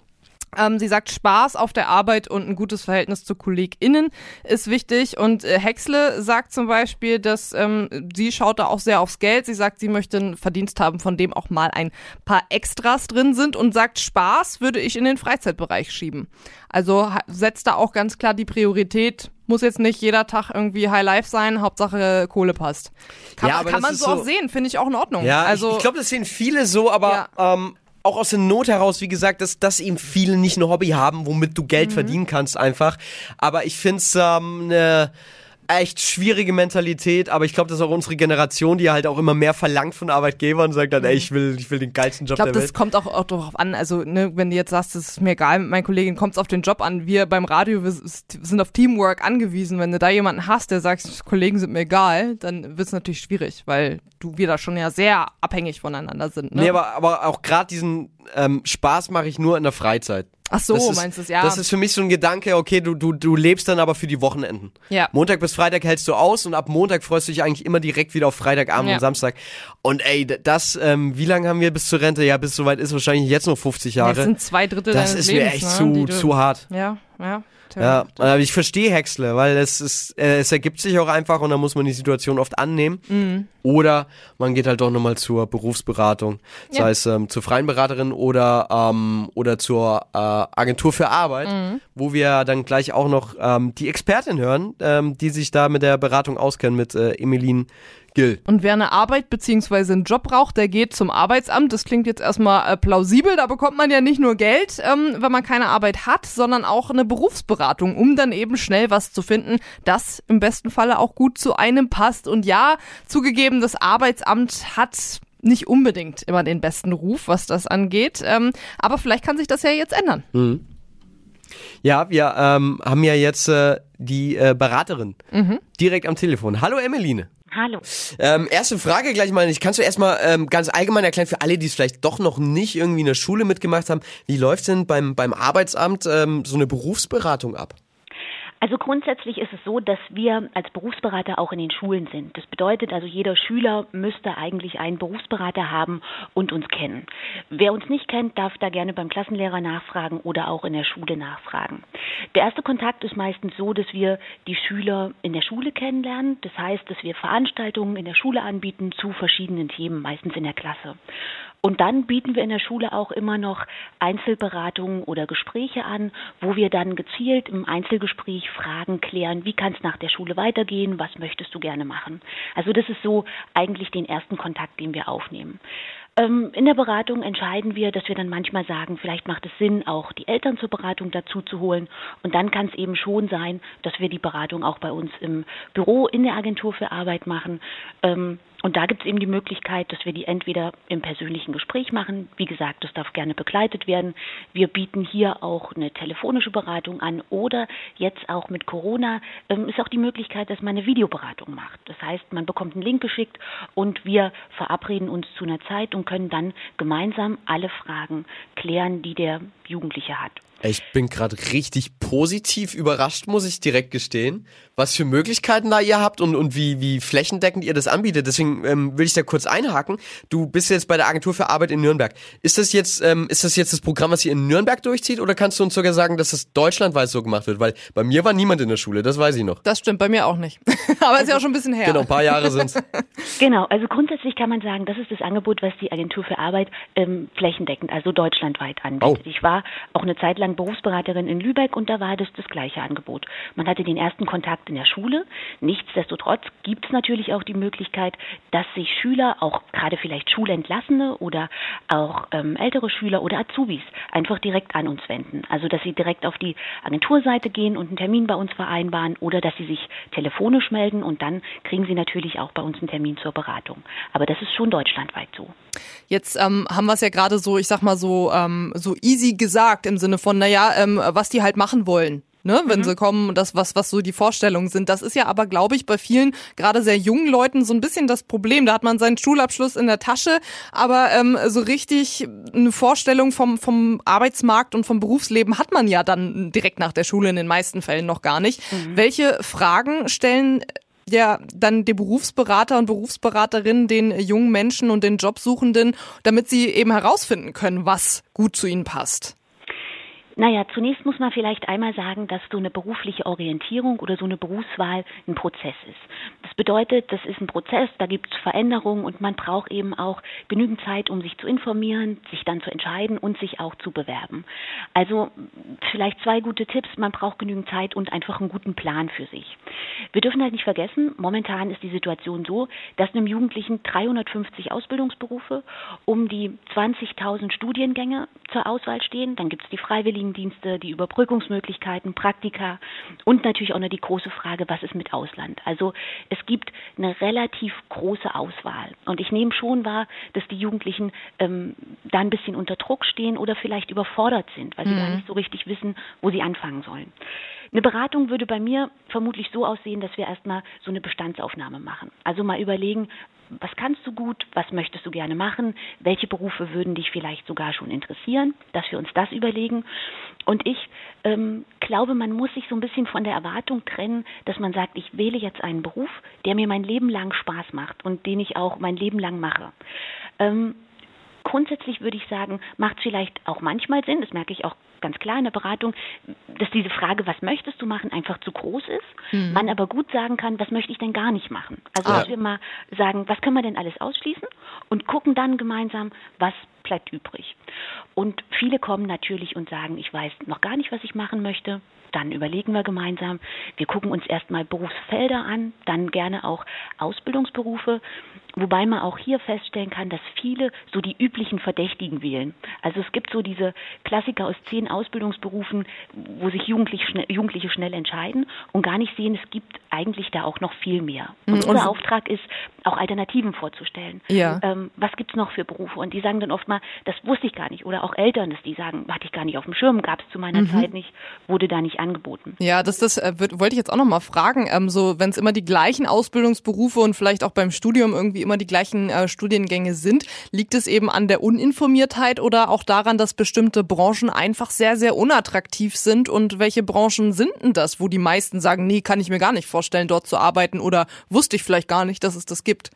Ähm, sie sagt, Spaß auf der Arbeit und ein gutes Verhältnis zu KollegInnen ist wichtig. Und äh, Häcksle sagt zum Beispiel, dass ähm, sie schaut da auch sehr aufs Geld. Sie sagt, sie möchte einen Verdienst haben, von dem auch mal ein paar Extras drin sind und sagt, Spaß würde ich in den Freizeitbereich schieben. Also ha- setzt da auch ganz klar die Priorität. Muss jetzt nicht jeder Tag irgendwie High Life sein, Hauptsache Kohle passt. Kann, Ja, man- aber kann das man ist so so- auch sehen, finde ich auch in Ordnung. Ja, also, ich, ich glaube, das sehen viele so, aber ähm, auch aus der Not heraus, wie gesagt, dass, dass eben viele nicht ein Hobby haben, womit du Geld mhm. verdienen kannst einfach. Aber ich finde es ähm, eine echt schwierige Mentalität, aber ich glaube, das ist auch unsere Generation, die halt auch immer mehr verlangt von Arbeitgebern und sagt dann, ey, ich will, ich will den geilsten Job ich glaub, der Welt. Ich glaube, das kommt auch, auch darauf an, also ne, wenn du jetzt sagst, das ist mir egal, mit meinen Kolleginnen kommt es auf den Job an. Wir beim Radio, wir sind auf Teamwork angewiesen. Wenn du da jemanden hast, der sagt, Kollegen sind mir egal, dann wird es natürlich schwierig, weil du wir da schon ja sehr abhängig voneinander sind. Ne? Nee, aber, aber auch gerade diesen ähm, Spaß mache ich nur in der Freizeit. Ach so, das ist, meinst du es, ja. Das ist für mich so ein Gedanke, okay, du, du, du lebst dann aber für die Wochenenden. Ja. Montag bis Freitag hältst du aus und ab Montag freust du dich eigentlich immer direkt wieder auf Freitagabend Ja. und Samstag. Und ey, das, ähm, wie lange haben wir bis zur Rente? Ja, bis soweit ist wahrscheinlich jetzt noch fünfzig Jahre. Das sind zwei Drittel Das deines ist Lebens, mir echt ne, zu, die du- zu hart. Ja, ja. Ja, aber ich verstehe Häcksle, weil es ist, äh, es ergibt sich auch einfach und dann muss man die Situation oft annehmen. Mhm. Oder man geht halt doch nochmal zur Berufsberatung, Ja. sei es ähm, zur freien Beraterin oder, ähm, oder zur äh, Agentur für Arbeit, Mhm. wo wir dann gleich auch noch ähm, die Expertin hören, ähm, die sich da mit der Beratung auskennen, mit äh, Emeline Gill. Und wer eine Arbeit bzw. einen Job braucht, der geht zum Arbeitsamt. Das klingt jetzt erstmal äh, plausibel. Da bekommt man ja nicht nur Geld, ähm, wenn man keine Arbeit hat, sondern auch eine Berufsberatung, um dann eben schnell was zu finden, das im besten Falle auch gut zu einem passt. Und ja, zugegeben, das Arbeitsamt hat nicht unbedingt immer den besten Ruf, was das angeht. Ähm, aber vielleicht kann sich das ja jetzt ändern. Mhm. Ja, wir ähm, haben ja jetzt äh, die äh, Beraterin Mhm. direkt am Telefon. Hallo Emeline. Hallo. Ähm, erste Frage gleich mal. Ich kannst du erstmal ähm, ganz allgemein erklären für alle, die es vielleicht doch noch nicht irgendwie in der Schule mitgemacht haben, wie läuft denn beim beim Arbeitsamt ähm, so eine Berufsberatung ab? Also grundsätzlich ist es so, dass wir als Berufsberater auch in den Schulen sind. Das bedeutet also, jeder Schüler müsste eigentlich einen Berufsberater haben und uns kennen. Wer uns nicht kennt, darf da gerne beim Klassenlehrer nachfragen oder auch in der Schule nachfragen. Der erste Kontakt ist meistens so, dass wir die Schüler in der Schule kennenlernen. Das heißt, dass wir Veranstaltungen in der Schule anbieten zu verschiedenen Themen, meistens in der Klasse. Und dann bieten wir in der Schule auch immer noch Einzelberatungen oder Gespräche an, wo wir dann gezielt im Einzelgespräch Fragen klären, wie kann es nach der Schule weitergehen, was möchtest du gerne machen. Also das ist so eigentlich den ersten Kontakt, den wir aufnehmen. Ähm, in der Beratung entscheiden wir, dass wir dann manchmal sagen, vielleicht macht es Sinn, auch die Eltern zur Beratung dazu zu holen. Und dann kann es eben schon sein, dass wir die Beratung auch bei uns im Büro in der Agentur für Arbeit machen. Ähm, Und da gibt es eben die Möglichkeit, dass wir die entweder im persönlichen Gespräch machen. Wie gesagt, das darf gerne begleitet werden. Wir bieten hier auch eine telefonische Beratung an oder jetzt auch mit Corona ähm, ist auch die Möglichkeit, dass man eine Videoberatung macht. Das heißt, man bekommt einen Link geschickt und wir verabreden uns zu einer Zeit und können dann gemeinsam alle Fragen klären, die der Jugendliche hat. Ich bin gerade richtig positiv überrascht, muss ich direkt gestehen, was für Möglichkeiten da ihr habt und, und wie, wie flächendeckend ihr das anbietet. Deswegen ähm, will ich da kurz einhaken. Du bist jetzt bei der Agentur für Arbeit in Nürnberg. Ist das jetzt ähm, ist das jetzt das Programm, was ihr in Nürnberg durchzieht, oder kannst du uns sogar sagen, dass das deutschlandweit so gemacht wird? Weil bei mir war niemand in der Schule, das weiß ich noch. Das stimmt, bei mir auch nicht. Aber ist ja auch schon ein bisschen her. Genau, ein paar Jahre sind's. Genau, also grundsätzlich kann man sagen, das ist das Angebot, was die Agentur für Arbeit ähm, flächendeckend, also deutschlandweit anbietet. Oh. Ich war auch eine Zeit lang Berufsberaterin in Lübeck und da war das das gleiche Angebot. Man hatte den ersten Kontakt in der Schule. Nichtsdestotrotz gibt es natürlich auch die Möglichkeit, dass sich Schüler, auch gerade vielleicht Schulentlassene oder auch ähm, ältere Schüler oder Azubis einfach direkt an uns wenden. Also dass sie direkt auf die Agenturseite gehen und einen Termin bei uns vereinbaren oder dass sie sich telefonisch melden und dann kriegen sie natürlich auch bei uns einen Termin zur Beratung. Aber das ist schon deutschlandweit so. Jetzt ähm, haben wir es ja gerade so, ich sag mal so, ähm, so easy gesagt im Sinne von, naja, ähm, was die halt machen wollen. Ne, wenn mhm. sie kommen, das was was so die Vorstellungen sind. Das ist ja aber, glaube ich, bei vielen, gerade sehr jungen Leuten, so ein bisschen das Problem. Da hat man seinen Schulabschluss in der Tasche, aber ähm, so richtig eine Vorstellung vom vom Arbeitsmarkt und vom Berufsleben hat man ja dann direkt nach der Schule in den meisten Fällen noch gar nicht. Mhm. Welche Fragen stellen ja dann die Berufsberater und Berufsberaterinnen den jungen Menschen und den Jobsuchenden, damit sie eben herausfinden können, was gut zu ihnen passt? Naja, zunächst muss man vielleicht einmal sagen, dass so eine berufliche Orientierung oder so eine Berufswahl ein Prozess ist. Das bedeutet, das ist ein Prozess, da gibt es Veränderungen und man braucht eben auch genügend Zeit, um sich zu informieren, sich dann zu entscheiden und sich auch zu bewerben. Also vielleicht zwei gute Tipps, man braucht genügend Zeit und einfach einen guten Plan für sich. Wir dürfen halt nicht vergessen, momentan ist die Situation so, dass einem Jugendlichen dreihundertfünfzig Ausbildungsberufe, um die zwanzigtausend Studiengänge zur Auswahl stehen, dann gibt es die Freiwilligen Dienste, die Überbrückungsmöglichkeiten, Praktika und natürlich auch noch die große Frage, was ist mit Ausland? Also es gibt eine relativ große Auswahl und ich nehme schon wahr, dass die Jugendlichen ähm, da ein bisschen unter Druck stehen oder vielleicht überfordert sind, weil sie mhm. gar nicht so richtig wissen, wo sie anfangen sollen. Eine Beratung würde bei mir vermutlich so aussehen, dass wir erstmal so eine Bestandsaufnahme machen. Also mal überlegen, was kannst du gut, was möchtest du gerne machen, welche Berufe würden dich vielleicht sogar schon interessieren, dass wir uns das überlegen. Und ich ähm, glaube, man muss sich so ein bisschen von der Erwartung trennen, dass man sagt, ich wähle jetzt einen Beruf, der mir mein Leben lang Spaß macht und den ich auch mein Leben lang mache. Ähm, Grundsätzlich würde ich sagen, macht es vielleicht auch manchmal Sinn, das merke ich auch ganz klar in der Beratung, dass diese Frage, was möchtest du machen, einfach zu groß ist, mhm. man aber gut sagen kann, was möchte ich denn gar nicht machen. Also Ah. dass wir mal sagen, was können wir denn alles ausschließen und gucken dann gemeinsam, was bleibt übrig. Und viele kommen natürlich und sagen, ich weiß noch gar nicht, was ich machen möchte. Dann überlegen wir gemeinsam. Wir gucken uns erstmal Berufsfelder an, dann gerne auch Ausbildungsberufe, wobei man auch hier feststellen kann, dass viele so die üblichen Verdächtigen wählen. Also es gibt so diese Klassiker aus zehn Ausbildungsberufen, wo sich Jugendliche schnell, Jugendliche schnell entscheiden und gar nicht sehen, es gibt eigentlich da auch noch viel mehr. Und Und unser Auftrag ist, auch Alternativen vorzustellen. Ja. Ähm, was gibt's noch für Berufe? Und die sagen dann oft mal, das wusste ich gar nicht. Oder auch Eltern, dass die sagen, hatte ich gar nicht auf dem Schirm, gab es zu meiner Mhm. Zeit nicht, wurde da nicht angeboten. Ja, das, das äh, wird, wollte ich jetzt auch noch mal fragen. Ähm, so, wenn es immer die gleichen Ausbildungsberufe und vielleicht auch beim Studium irgendwie immer die gleichen äh, Studiengänge sind, liegt es eben an der Uninformiertheit oder auch daran, dass bestimmte Branchen einfach sehr, sehr unattraktiv sind? Und welche Branchen sind denn das, wo die meisten sagen, nee, kann ich mir gar nicht vorstellen, dort zu arbeiten oder wusste ich vielleicht gar nicht, dass es das gibt?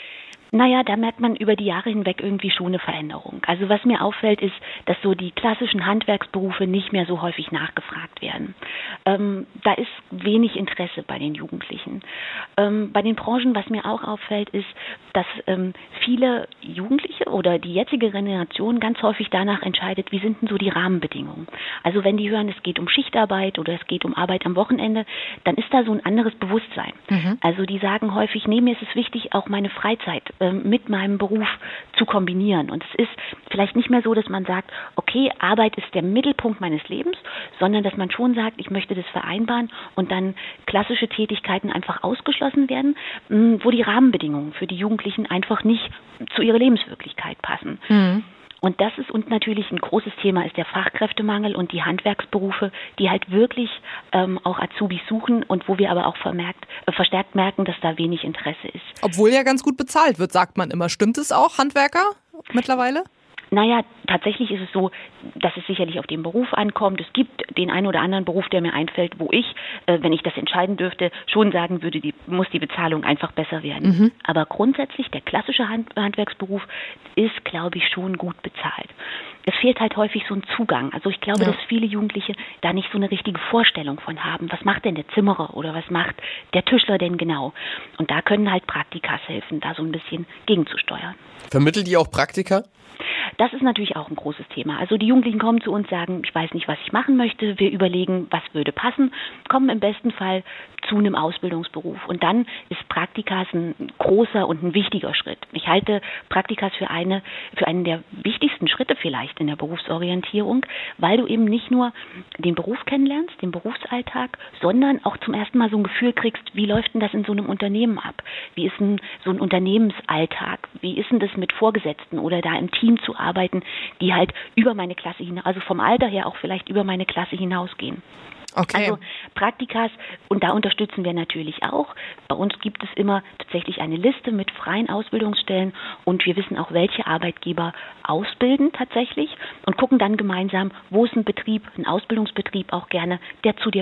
Naja, da merkt man über die Jahre hinweg irgendwie schon eine Veränderung. Also was mir auffällt, ist, dass so die klassischen Handwerksberufe nicht mehr so häufig nachgefragt werden. Ähm, da ist wenig Interesse bei den Jugendlichen. Ähm, bei den Branchen, was mir auch auffällt, ist, dass ähm, viele Jugendliche oder die jetzige Generation ganz häufig danach entscheidet, wie sind denn so die Rahmenbedingungen. Also wenn die hören, es geht um Schichtarbeit oder es geht um Arbeit am Wochenende, dann ist da so ein anderes Bewusstsein. Mhm. Also die sagen häufig, nee, mir ist es wichtig, auch meine Freizeit mit meinem Beruf zu kombinieren. Und es ist vielleicht nicht mehr so, dass man sagt, okay, Arbeit ist der Mittelpunkt meines Lebens, sondern dass man schon sagt, ich möchte das vereinbaren und dann klassische Tätigkeiten einfach ausgeschlossen werden, wo die Rahmenbedingungen für die Jugendlichen einfach nicht zu ihrer Lebenswirklichkeit passen. Mhm. Und das ist und natürlich ein großes Thema ist der Fachkräftemangel und die Handwerksberufe, die halt wirklich ähm, auch Azubis suchen und wo wir aber auch vermerkt, äh, verstärkt merken, dass da wenig Interesse ist. Obwohl ja ganz gut bezahlt wird, sagt man immer. Stimmt es auch, Handwerker mittlerweile? Naja, tatsächlich ist es so, dass es sicherlich auf den Beruf ankommt. Es gibt den einen oder anderen Beruf, der mir einfällt, wo ich, äh, wenn ich das entscheiden dürfte, schon sagen würde, die, muss die Bezahlung einfach besser werden. Mhm. Aber grundsätzlich, der klassische Hand, Handwerksberuf ist, glaube ich, schon gut bezahlt. Es fehlt halt häufig so ein Zugang. Also ich glaube, ja. dass viele Jugendliche da nicht so eine richtige Vorstellung von haben. Was macht denn der Zimmerer oder was macht der Tischler denn genau? Und da können halt Praktikas helfen, da so ein bisschen gegenzusteuern. Vermittelt ihr auch Praktika? Das ist natürlich auch ein großes Thema. Also die Jugendlichen kommen zu uns, sagen, ich weiß nicht, was ich machen möchte. Wir überlegen, was würde passen, kommen im besten Fall zu einem Ausbildungsberuf. Und dann ist Praktikas ein großer und ein wichtiger Schritt. Ich halte Praktikas für eine, für einen der wichtigsten Schritte vielleicht in der Berufsorientierung, weil du eben nicht nur den Beruf kennenlernst, den Berufsalltag, sondern auch zum ersten Mal so ein Gefühl kriegst, wie läuft denn das in so einem Unternehmen ab? Wie ist denn so ein Unternehmensalltag? Wie ist denn das mit Vorgesetzten oder da im Team zu arbeiten, die halt über meine Klasse hinaus, also vom Alter her auch vielleicht über meine Klasse hinausgehen. Okay. Also Praktikas, und da unterstützen wir natürlich auch. Bei uns gibt es immer tatsächlich eine Liste mit freien Ausbildungsstellen und wir wissen auch, welche Arbeitgeber ausbilden tatsächlich und gucken dann gemeinsam, wo ist ein Betrieb, ein Ausbildungsbetrieb auch gerne, der zu dir passt.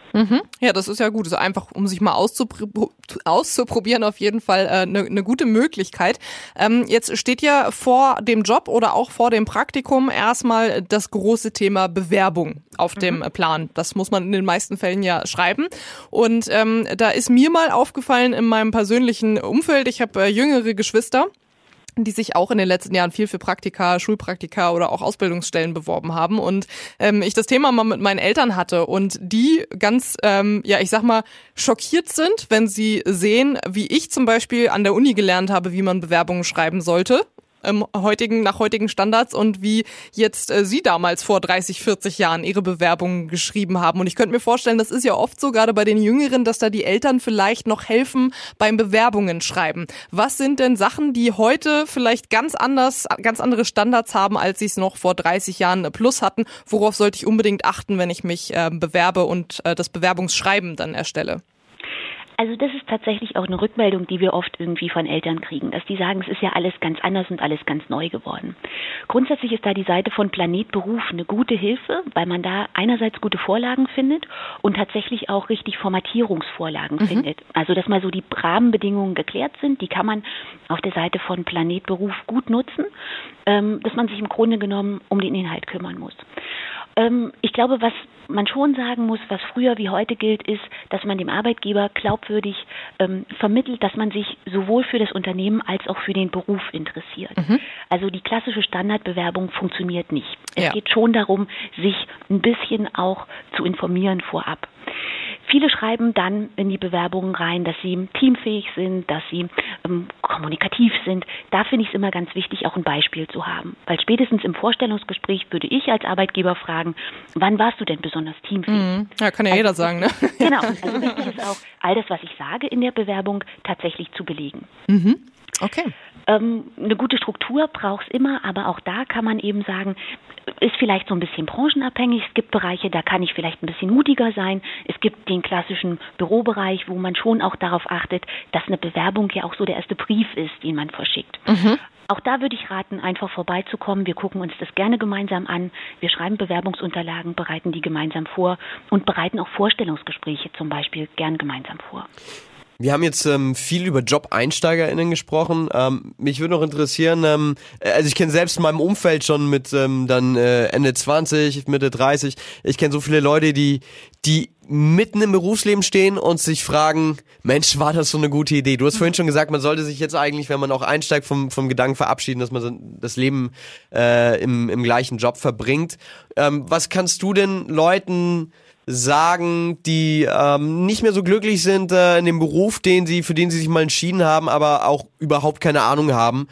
Mhm. Ja, das ist ja gut. Das ist einfach, um sich mal auszupro- auszuprobieren, auf jeden Fall eine äh, ne gute Möglichkeit. Ähm, jetzt steht ja vor dem Job oder auch vor dem Praktikum erstmal das große Thema Bewerbung auf mhm. dem Plan. Das muss man in den meisten Fällen ja schreiben. Und ähm, da ist mir mal aufgefallen in meinem persönlichen Umfeld, ich habe äh, jüngere Geschwister, die sich auch in den letzten Jahren viel für Praktika, Schulpraktika oder auch Ausbildungsstellen beworben haben und ähm, ich das Thema mal mit meinen Eltern hatte und die ganz, ähm, ja ich sag mal, schockiert sind, wenn sie sehen, wie ich zum Beispiel an der Uni gelernt habe, wie man Bewerbungen schreiben sollte. Im heutigen, nach heutigen Standards und wie jetzt äh, Sie damals vor dreißig, vierzig Jahren Ihre Bewerbungen geschrieben haben. Und ich könnte mir vorstellen, das ist ja oft so, gerade bei den Jüngeren, dass da die Eltern vielleicht noch helfen beim Bewerbungen schreiben. Was sind denn Sachen, die heute vielleicht ganz anders, ganz andere Standards haben, als sie es noch vor dreißig Jahren plus hatten? Worauf sollte ich unbedingt achten, wenn ich mich äh, bewerbe und äh, das Bewerbungsschreiben dann erstelle? Also das ist tatsächlich auch eine Rückmeldung, die wir oft irgendwie von Eltern kriegen, dass die sagen, es ist ja alles ganz anders und alles ganz neu geworden. Grundsätzlich ist da die Seite von Planet Beruf eine gute Hilfe, weil man da einerseits gute Vorlagen findet und tatsächlich auch richtig Formatierungsvorlagen mhm. findet. Also dass mal so die Rahmenbedingungen geklärt sind, die kann man auf der Seite von Planet Beruf gut nutzen, ähm, dass man sich im Grunde genommen um den Inhalt kümmern muss. Ähm, ich glaube, was man schon sagen muss, was früher wie heute gilt, ist, dass man dem Arbeitgeber glaubwürdig ähm, vermittelt, dass man sich sowohl für das Unternehmen als auch für den Beruf interessiert. Mhm. Also die klassische Standardbewerbung funktioniert nicht. Es ja. geht schon darum, sich ein bisschen auch zu informieren vorab. Viele schreiben dann in die Bewerbungen rein, dass sie teamfähig sind, dass sie ähm, kommunikativ sind. Da finde ich es immer ganz wichtig, auch ein Beispiel zu haben. Weil spätestens im Vorstellungsgespräch würde ich als Arbeitgeber fragen, wann warst du denn besonders teamfähig? Mhm. Ja, kann ja also, jeder sagen, ne? Genau. Also wichtig ist auch, all das, was ich sage in der Bewerbung, tatsächlich zu belegen. Mhm. Okay. Ähm, eine gute Struktur braucht es immer, aber auch da kann man eben sagen, ist vielleicht so ein bisschen branchenabhängig. Es gibt Bereiche, da kann ich vielleicht ein bisschen mutiger sein. Es gibt den klassischen Bürobereich, wo man schon auch darauf achtet, dass eine Bewerbung ja auch so der erste Brief ist, den man verschickt. Mhm. Auch da würde ich raten, einfach vorbeizukommen. Wir gucken uns das gerne gemeinsam an. Wir schreiben Bewerbungsunterlagen, bereiten die gemeinsam vor und bereiten auch Vorstellungsgespräche zum Beispiel gern gemeinsam vor. Wir haben jetzt ähm, viel über Job-EinsteigerInnen gesprochen. Ähm, mich würde noch interessieren, ähm, also ich kenne selbst in meinem Umfeld schon mit ähm, dann äh, Ende zwanzig, Mitte dreißig, ich kenne so viele Leute, die die mitten im Berufsleben stehen und sich fragen, Mensch, war das so eine gute Idee? Du hast vorhin schon gesagt, man sollte sich jetzt eigentlich, wenn man auch einsteigt, vom, vom Gedanken verabschieden, dass man das Leben äh, im, im gleichen Job verbringt. Ähm, was kannst du denn Leuten sagen, die ähm, nicht mehr so glücklich sind äh, in dem Beruf, den sie, für den sie sich mal entschieden haben, aber auch überhaupt keine Ahnung haben,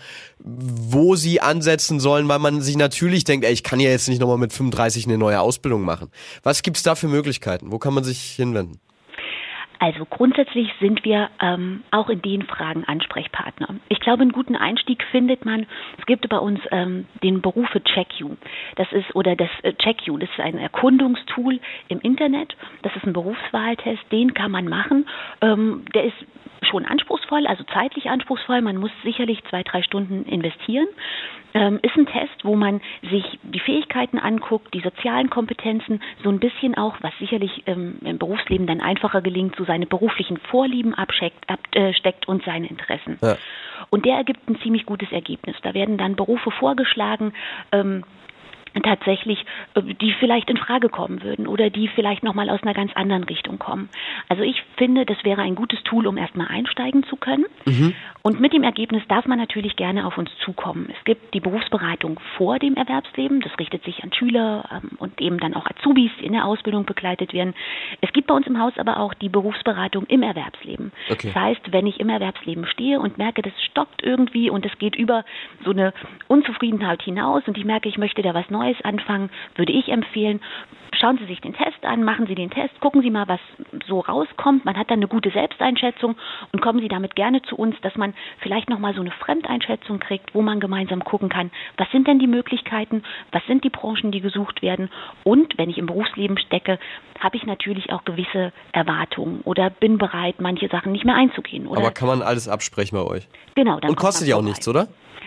wo sie ansetzen sollen, weil man sich natürlich denkt, ey, ich kann ja jetzt nicht nochmal mit fünfunddreißig eine neue Ausbildung machen. Was gibt's da für Möglichkeiten? Wo kann man sich hinwenden? Also grundsätzlich sind wir ähm, auch in den Fragen Ansprechpartner. Ich glaube, einen guten Einstieg findet man. Es gibt bei uns ähm, den Berufe CheckYou. Das ist oder das äh, CheckYou. Das ist ein Erkundungstool im Internet. Das ist ein Berufswahltest. Den kann man machen. Ähm, der ist schon anspruchsvoll, also zeitlich anspruchsvoll. Man muss sicherlich zwei, drei Stunden investieren. Ähm, ist ein Test, wo man sich die Fähigkeiten anguckt, die sozialen Kompetenzen, so ein bisschen auch, was sicherlich ähm, im Berufsleben dann einfacher gelingt, so seine beruflichen Vorlieben absteckt, absteckt und seine Interessen. Ja. Und der ergibt ein ziemlich gutes Ergebnis. Da werden dann Berufe vorgeschlagen, ähm, tatsächlich, die vielleicht in Frage kommen würden oder die vielleicht nochmal aus einer ganz anderen Richtung kommen. Also ich finde, das wäre ein gutes Tool, um erstmal einsteigen zu können. Mhm. Und mit dem Ergebnis darf man natürlich gerne auf uns zukommen. Es gibt die Berufsberatung vor dem Erwerbsleben. Das richtet sich an Schüler ähm, und eben dann auch Azubis, die in der Ausbildung begleitet werden. Es gibt bei uns im Haus aber auch die Berufsberatung im Erwerbsleben. Okay. Das heißt, wenn ich im Erwerbsleben stehe und merke, das stockt irgendwie und es geht über so eine Unzufriedenheit hinaus und ich merke, ich möchte da was Neues anfangen, würde ich empfehlen, schauen Sie sich den Test an, machen Sie den Test, gucken Sie mal, was so rauskommt. Man hat dann eine gute Selbsteinschätzung und kommen Sie damit gerne zu uns, dass man vielleicht nochmal so eine Fremdeinschätzung kriegt, wo man gemeinsam gucken kann, was sind denn die Möglichkeiten, was sind die Branchen, die gesucht werden und wenn ich im Berufsleben stecke, habe ich natürlich auch gewisse Erwartungen oder bin bereit, manche Sachen nicht mehr einzugehen. Oder? Aber kann man alles absprechen bei euch? Genau. Dann und kostet ja auch nichts, oder?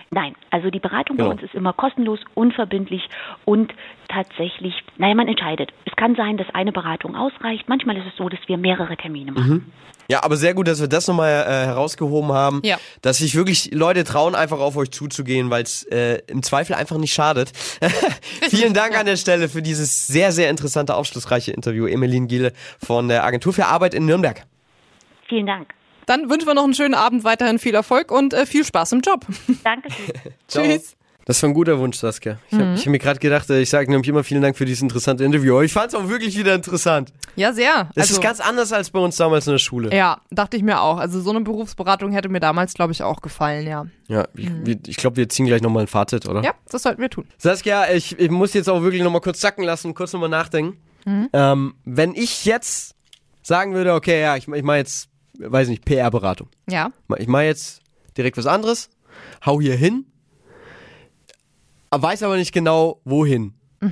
Nein, also die Beratung Genau. bei uns ist immer kostenlos, unverbindlich und tatsächlich, naja, man entscheidet. Es kann sein, dass eine Beratung ausreicht. Manchmal ist es so, dass wir mehrere Termine machen. Mhm. Ja, aber sehr gut, dass wir das nochmal äh, herausgehoben haben, Ja. dass sich wirklich Leute trauen, einfach auf euch zuzugehen, weil es äh, im Zweifel einfach nicht schadet. Vielen Dank ja. an der Stelle für dieses sehr, sehr interessante, aufschlussreiche Interview. Emeline Giele von der Agentur für Arbeit in Nürnberg. Vielen Dank. Dann wünschen wir noch einen schönen Abend, weiterhin viel Erfolg und äh, viel Spaß im Job. Danke. Ciao. Tschüss. Das war ein guter Wunsch, Saskia. Ich habe Mhm. ich hab mir gerade gedacht, äh, ich sage nämlich immer vielen Dank für dieses interessante Interview. Aber ich fand es auch wirklich wieder interessant. Ja, sehr. Das Also, ist ganz anders als bei uns damals in der Schule. ja, dachte ich mir auch. Also so eine Berufsberatung hätte mir damals, glaube ich, auch gefallen, ja. Ja, ich, wir- ich glaube, wir ziehen gleich nochmal ein Fazit, oder? Ja, das sollten wir tun. Saskia, ich, ich muss jetzt auch wirklich nochmal kurz sacken lassen, kurz nochmal nachdenken. Ähm, wenn ich jetzt sagen würde, okay, ja, ich, ich mache jetzt, weiß nicht, P R-Beratung. Ja. Ich mache jetzt direkt was anderes, hau hier hin, weiß aber nicht genau, wohin.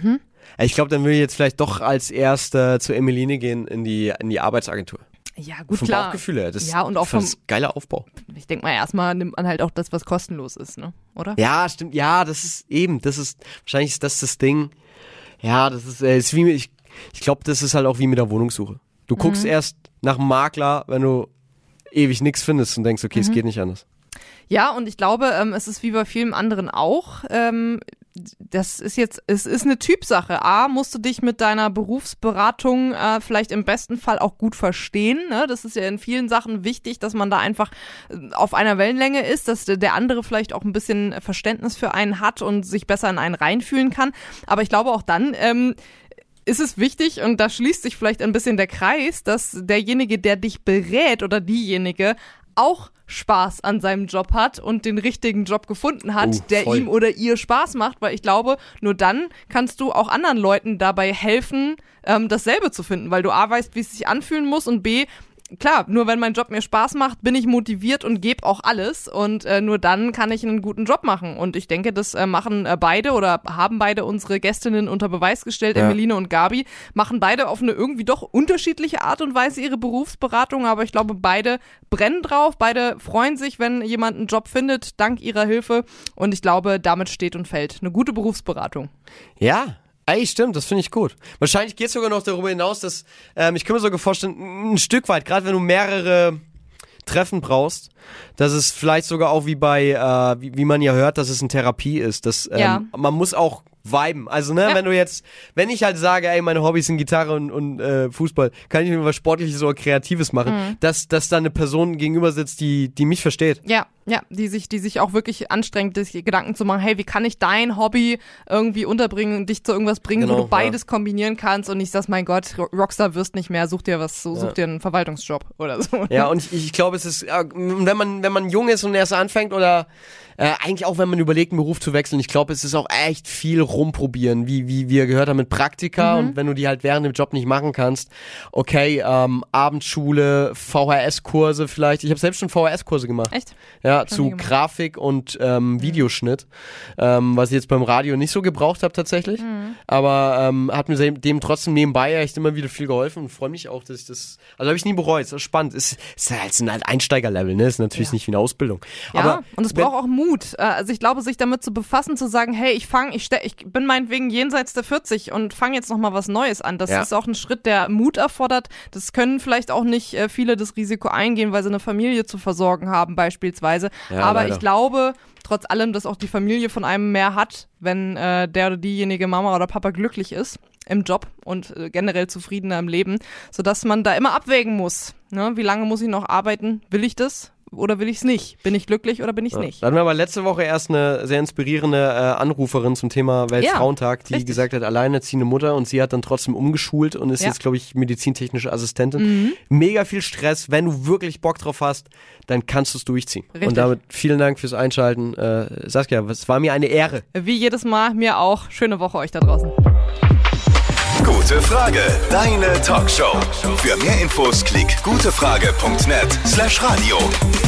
Ich glaube, dann will ich jetzt vielleicht doch als Erster zu Emeline gehen in die, in die Arbeitsagentur. Ja, gut, Vom klar. Bauchgefühl her. Das Ja, und auch das vom, ist geiler Aufbau. ich denke mal, erstmal nimmt man halt auch das, was kostenlos ist, ne? Oder? Ja, stimmt. Ja, das ist eben, das ist, wahrscheinlich ist das das Ding. Ja, das ist, äh, ist wie, ich, ich glaube, das ist halt auch wie mit der Wohnungssuche. Du guckst Mhm. erst nach einem Makler, wenn du ewig nichts findest und denkst, okay, Mhm. es geht nicht anders. Ja, und ich glaube, ähm, es ist wie bei vielen anderen auch. Ähm, das ist jetzt, es ist eine Typsache. A, musst du dich mit deiner Berufsberatung äh, vielleicht im besten Fall auch gut verstehen. Ne? Das ist ja in vielen Sachen wichtig, dass man da einfach äh, auf einer Wellenlänge ist, dass der andere vielleicht auch ein bisschen Verständnis für einen hat und sich besser in einen reinfühlen kann. Aber ich glaube auch dann, ähm, ist es wichtig, und da schließt sich vielleicht ein bisschen der Kreis, dass derjenige, der dich berät oder diejenige auch Spaß an seinem Job hat und den richtigen Job gefunden hat, Oh, der voll. ihm oder ihr Spaß macht, weil ich glaube, nur dann kannst du auch anderen Leuten dabei helfen, ähm, dasselbe zu finden, weil du A, weißt, wie es sich anfühlen muss, und B, klar, nur wenn mein Job mir Spaß macht, bin ich motiviert und gebe auch alles, und äh, nur dann kann ich einen guten Job machen. Und ich denke, das äh, machen äh, beide oder haben beide unsere Gästinnen unter Beweis gestellt, Ja. Emeline und Gabi, machen beide auf eine irgendwie doch unterschiedliche Art und Weise ihre Berufsberatung, aber ich glaube, beide brennen drauf, beide freuen sich, wenn jemand einen Job findet, dank ihrer Hilfe, und ich glaube, damit steht und fällt eine gute Berufsberatung. Ja. Ey, stimmt, das finde ich gut. Wahrscheinlich geht es sogar noch darüber hinaus, dass, ähm, ich kann mir sogar vorstellen, ein Stück weit, gerade wenn du mehrere Treffen brauchst, dass es vielleicht sogar auch wie bei, äh, wie, wie man ja hört, dass es eine Therapie ist. Dass, ähm, Ja. man muss auch viben. Also, ne, Ja. wenn du jetzt, wenn ich halt sage, ey, meine Hobbys sind Gitarre und, und äh, Fußball, kann ich mir was Sportliches oder Kreatives machen, Mhm. dass, dass da eine Person gegenüber sitzt, die, die mich versteht. Ja, ja, die sich, die sich auch wirklich anstrengt, sich Gedanken zu machen, hey, wie kann ich dein Hobby irgendwie unterbringen und dich zu irgendwas bringen, Genau, wo du beides kombinieren kannst, und nicht sagst, mein Gott, Rockstar wirst nicht mehr, such dir was, so, such Ja. dir einen Verwaltungsjob oder so. Ja, und ich, ich glaube, es ist, äh, wenn man, wenn man jung ist und erst anfängt, oder äh, eigentlich auch, wenn man überlegt, einen Beruf zu wechseln, ich glaube, es ist auch echt viel rumprobieren, wie, wie wir gehört haben mit Praktika, Mhm. und wenn du die halt während dem Job nicht machen kannst, okay, ähm, Abendschule, V H S-Kurse vielleicht. Ich habe selbst schon V H S-Kurse gemacht. Echt? Ja, Schon zu nie gemacht. Grafik und ähm, Videoschnitt, ähm, was ich jetzt beim Radio nicht so gebraucht habe tatsächlich, Mhm. aber ähm, hat mir dem trotzdem nebenbei echt immer wieder viel geholfen, und freue mich auch, dass ich das, also habe ich nie bereut, ist auch spannend, ist, ist halt, sind halt Einsteigerlevel, ne, ist natürlich Ja. nicht wie eine Ausbildung. Ja, Aber und es wenn- braucht auch Mut. Äh, Also ich glaube, sich damit zu befassen, zu sagen, hey, ich fange, ich, ste- ich bin meinetwegen jenseits der vierzig und fange jetzt nochmal was Neues an. Das Ja. ist auch ein Schritt, der Mut erfordert. Das können vielleicht auch nicht äh, viele das Risiko eingehen, weil sie eine Familie zu versorgen haben beispielsweise. Ja, Aber leider. ich glaube trotz allem, dass auch die Familie von einem mehr hat, wenn äh, der oder diejenige Mama oder Papa glücklich ist im Job und äh, generell zufriedener im Leben, sodass man da immer abwägen muss. Ne? Wie lange muss ich noch arbeiten? Will ich das? Oder will ich es nicht? Bin ich glücklich oder bin ich es nicht? Da hatten wir aber letzte Woche erst eine sehr inspirierende äh, Anruferin zum Thema Weltfrauentag, die richtig. gesagt hat, alleinerziehende Mutter, und sie hat dann trotzdem umgeschult und ist Ja. jetzt, glaube ich, medizintechnische Assistentin. Mhm. Mega viel Stress. Wenn du wirklich Bock drauf hast, dann kannst du es durchziehen. Richtig. Und damit vielen Dank fürs Einschalten. Äh, Saskia, es war mir eine Ehre. Wie jedes Mal, mir auch. Schöne Woche euch da draußen. Gute Frage, deine Talkshow. Für mehr Infos klick gutefrage punkt net slash radio.